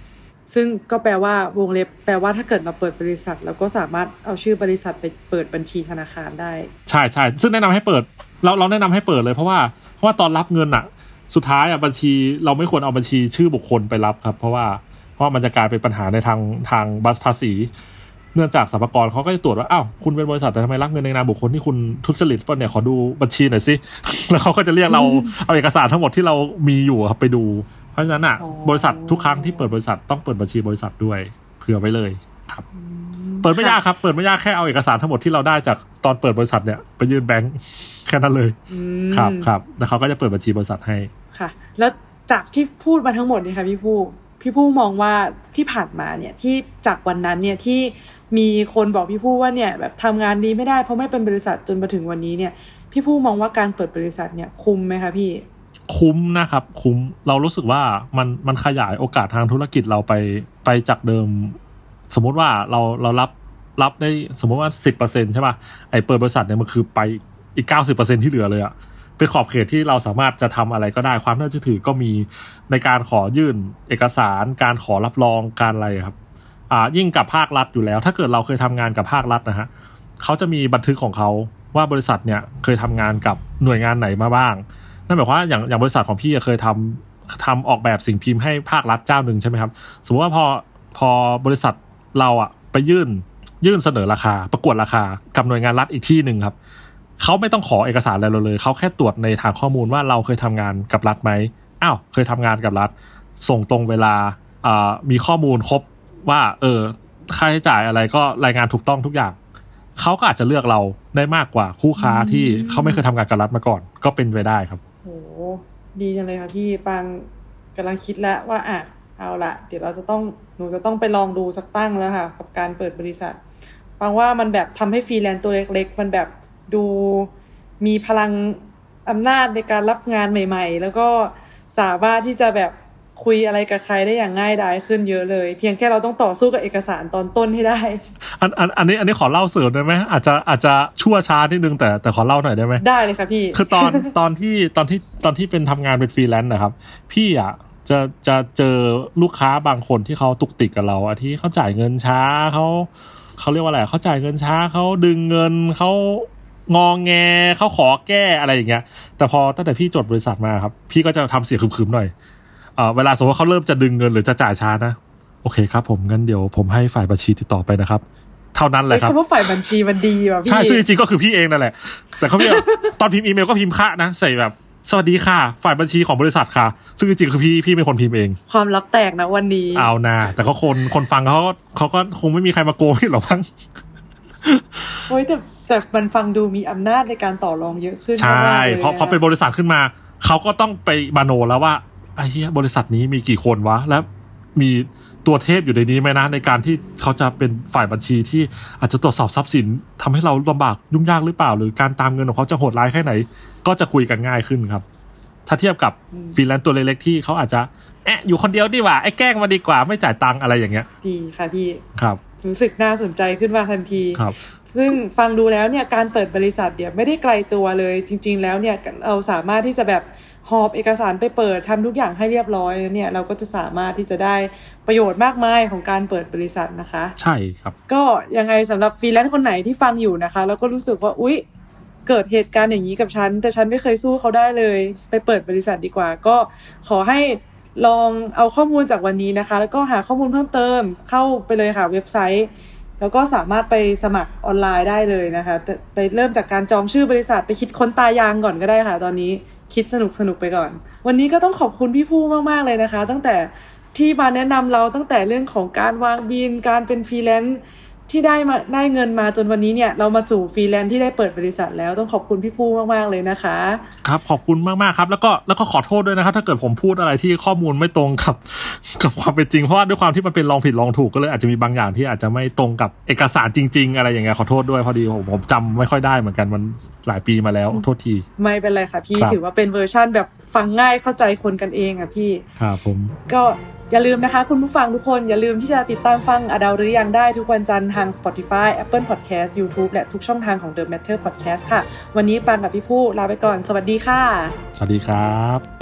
S3: ซึ่งก็แปลว่าวงเล็บแปลว่าถ้าเกิดเราเปิดบริษัทเราก็สามารถเอาชื่อบริษัทไปเปิดบัญชีธนาคารได้
S4: ใช่ๆซึ่งแนะนำให้เปิดเราแนะนำให้เปิดเลยเพราะว่าตอนรับเงินอ่ะสุดท้ายอ่ะบัญชีเราไม่ควรเอาบัญชีชื่อบุคคลไปรับครับเพราะว่ามันจะกลายเป็นปัญหาในทางภาษีเนื่องจากสรรพากรเขาก็จะตรวจว่าอ้าวคุณเป็นบริษัทแต่ทำไมรับเงินในนามบุคคลที่คุณทุจริตป่ะเนี่ยขอดูบัญชีหน่อยสิแล้วเขาก็จะเรียกเราเอาเอกสารทั้งหมดที่เรามีอยู่ครับไปดูเพราะฉะนั้นอ่ะบริษัททุกครั้งที่เปิดบริษัทต้องเปิดบัญชีบริษัทด้วยเผื่อไว้เลยครับเปิดไม่ยากครับเปิดไม่ยากแค่เอาเอกสารทั้งหมดที่เราได้จากตอนเปิดบริษัทเนี่ยไปยื่นแบงค์แค่นั้นเลยครับแล้วเขาก็จะเปิดบัญชีบริษัทให้
S3: ค่ะแล้วจากที่พูดมาทั้งหมดนี่ค่ะพี่ผู้มองว่าที่ผ่านมาเนี่ยที่จากวันนั้นเนี่ยที่มีคนบอกพี่ผู้ว่าเนี่ยแบบทำงานดีไม่ได้เพราะไม่เป็นบริษัทจนมาถึงวันนี้เนี่ยพี่ผู้มองว่าการเปิดบริษัทเนี่ยคุ้มไหมคะพี่
S4: คุ้มนะครับคุ้มเรารู้สึกว่ามันขยายโอกาสทางธุรกิจเราไปจากเดิมสมมติว่าเรารับได้สมมติว่า 10% ใช่ป่ะไอ้เปิดบริษัทเนี่ยมันคือไปอีก 90% ที่เหลือเลยอะเป็นขอบเขตที่เราสามารถจะทำอะไรก็ได้ความน่าเชื่อถือก็มีในการขอยื่นเอกสารการขอรับรองการอะไรครับยิ่งกับภาครัฐอยู่แล้วถ้าเกิดเราเคยทำงานกับภาครัฐนะฮะเขาจะมีบันทึกของเขาว่าบริษัทเนี่ยเคยทำงานกับหน่วยงานไหนมาบ้างนั่นหมายความว่าอย่างบริษัทของพี่เคยทำออกแบบสิ่งพิมพ์ให้ภาครัฐเจ้านึงใช่ไหมครับสมมติว่าพอบริษัทเราไปยื่นเสนอราคาประกวดราคากับหน่วยงานรัฐอีกที่นึงครับเขาไม่ต้องขอเอกสารอะไรเราเลยเขาแค่ตรวจในทางข้อมูลว่าเราเคยทำงานกับรัฐไหมเคยทำงานกับรัฐส่งตรงเวลามีข้อมูลครบว่าค่าใช้จ่ายอะไรก็รายงานถูกต้องทุกอย่างเขาก็อาจจะเลือกเราได้มากกว่าคู่ค้าที่เขาไม่เคยทำงานกับรัฐมาก่อนก็เป็นไปได้ครับ
S3: โหดีจังเลยค่ะพี่ปังกำลังคิดแล้วว่าเอาละเดี๋ยวหนูจะต้องไปลองดูสักตั้งแล้วค่ะกับการเปิดบริษัทปังว่ามันแบบทำให้ฟรีแลนซ์ตัวเล็กๆมันแบบดูมีพลังอำนาจในการรับงานใหม่ๆแล้วก็สามารถที่จะแบบคุยอะไรกับใครได้อย่างง่ายดายขึ้นเยอะเลยเพียงแค่เราต้องต่อสู้กับเอกสารตอนต้นให้ได้
S4: อันนี้ขอเล่าเสริมได้ไหมอาจจะชั่วช้านิดนึงแต่ขอเล่าหน่อยได้ไหม
S3: ได้เลยค่ะพี่
S4: คือตอนที่เป็นทำงานเป็นฟรีแลนซ์นะครับพี่จะเจอลูกค้าบางคนที่เขาตุกติกกับเราที่เขาจ่ายเงินช้าเขาเรียกว่าอะไรเขาจ่ายเงินช้าเขาดึงเงินเขางอแงเขาขอแก้อะไรอย่างเงี้ยแต่พอตั้งแต่พี่จดบริษัทมาครับพี่ก็จะทำเสียงขึมๆหน่อยเวลาสมมติว่าเขาเริ่มจะดึงเงินหรือจะจ่ายช้านะโอเคครับผมงั้นเดี๋ยวผมให้ฝ่ายบัญชีติดต่อไปนะครับเท่านั้นแหละครับ
S3: คำว่าฝ่ายบัญชีมันดีว่ะพี่
S4: ใช่ซึ่งจริงๆก็คือพี่เองนั่นแหละแต่เขาพี่ตอนพิมพ์อีเมลก็พิมพ์ค่ะนะใส่แบบสวัสดีค่ะฝ่ายบัญชีของบริษัทค่ะซึ่งจริงๆคือพี่เป็นคนพิมพ์เอง
S3: ความลับแตกนะวันนี้
S4: เอานะแต่ก็คนฟังเขาก็คงไม่มีใครมาโกงหรอกมั้ง
S3: โอ้ยแต่มันฟังดูมีอำนาจในการต่อรองเยอะขึ้น
S4: ใช่พอเป็นบริษัทขึ้นมาเขาก็ต้องไปบาโนแล้วว่าไอ้เหี้ยบริษัทนี้มีกี่คนวะแล้วมีตัวเทพอยู่ในนี้ไหมนะในการที่เขาจะเป็นฝ่ายบัญชีที่อาจจะตรวจสอบทรัพย์สินทำให้เราลำบากยุ่งยากหรือเปล่าหรือการตามเงินของเขาจะโหดร้ายแค่ไหนก็จะคุยกันง่ายขึ้นครับถ้าเทียบกับฟรีแลนซ์ตัวเล็กๆที่เขาอาจจะอยู่คนเดียวดีกว่าไอ้แกล้งมาดีกว่าไม่จ่ายตังค์อะไรอย่างเงี้ย
S3: ดีค่ะพี่
S4: ครับ
S3: รู้สึกน่าสนใจขึ้นมาทันที
S4: ครับ
S3: ซึ่งฟังดูแล้วเนี่ยการเปิดบริษัทเนี่ยไม่ได้ไกลตัวเลยจริงๆแล้วเนี่ยเราสามารถที่จะแบบหอบเอกสารไปเปิดทำทุกอย่างให้เรียบร้อยแล้วเนี่ยเราก็จะสามารถที่จะได้ประโยชน์มากมายของการเปิดบริษัทนะคะ
S4: ใช่ครับ
S3: ก็ยังไงสำหรับฟรีแลนซ์คนไหนที่ฟังอยู่นะคะแล้วก็รู้สึกว่าอุ๊ยเกิดเหตุการณ์อย่างนี้กับฉันแต่ฉันไม่เคยสู้เขาได้เลยไปเปิดบริษัทดีกว่าก็ขอให้ลองเอาข้อมูลจากวันนี้นะคะแล้วก็หาข้อมูลเพิ่มเติมเข้าไปเลยค่ะเว็บไซต์แล้วก็สามารถไปสมัครออนไลน์ได้เลยนะคะไปเริ่มจากการจองชื่อบริษัทไปคิดค้นตายางก่อนก็ได้ค่ะตอนนี้คิดสนุกไปก่อนวันนี้ก็ต้องขอบคุณพี่ผู้มากๆเลยนะคะตั้งแต่ที่มาแนะนำเราตั้งแต่เรื่องของการวางบินการเป็นฟรีแลนซ์ที่ได้เงินมาจนวันนี้เนี่ยเรามาสู่ฟรีแลนซ์ที่ได้เปิดบริษัทแล้วต้องขอบคุณพี่ผู้มากๆเลยนะคะ
S4: ครับขอบคุณมากๆครับแล้วก็ขอโทษด้วยนะครับถ้าเกิดผมพูดอะไรที่ข้อมูลไม่ตรงกับความเป็นจริงเพราะว่าด้วยความที่มันเป็นลองผิดลองถูกก็เลยอาจจะมีบางอย่างที่อาจจะไม่ตรงกับเอกสารจริงๆอะไรอย่างเงี้ยขอโทษด้วยพอดีผมจำไม่ค่อยได้เหมือนกันมันหลายปีมาแล้วโทษที
S3: ไม่เป็นไรค่ะพี่ถือว่าเป็นเวอร์ชั่นแบบฟังง่ายเข้าใจคนกันเองอ่ะพี่
S4: ครับผม
S3: ก็อย่าลืมนะคะคุณผู้ฟังทุกคนอย่าลืมที่จะติดตามฟังอดาวหรือยังได้ทุกวันจันทร์ทาง Spotify Apple Podcast YouTube และทุกช่องทางของ The Matter Podcast ค่ะวันนี้ปังกับพี่ผู้ลาไปก่อนสวัสดีค่ะ
S4: สวัสดีครับ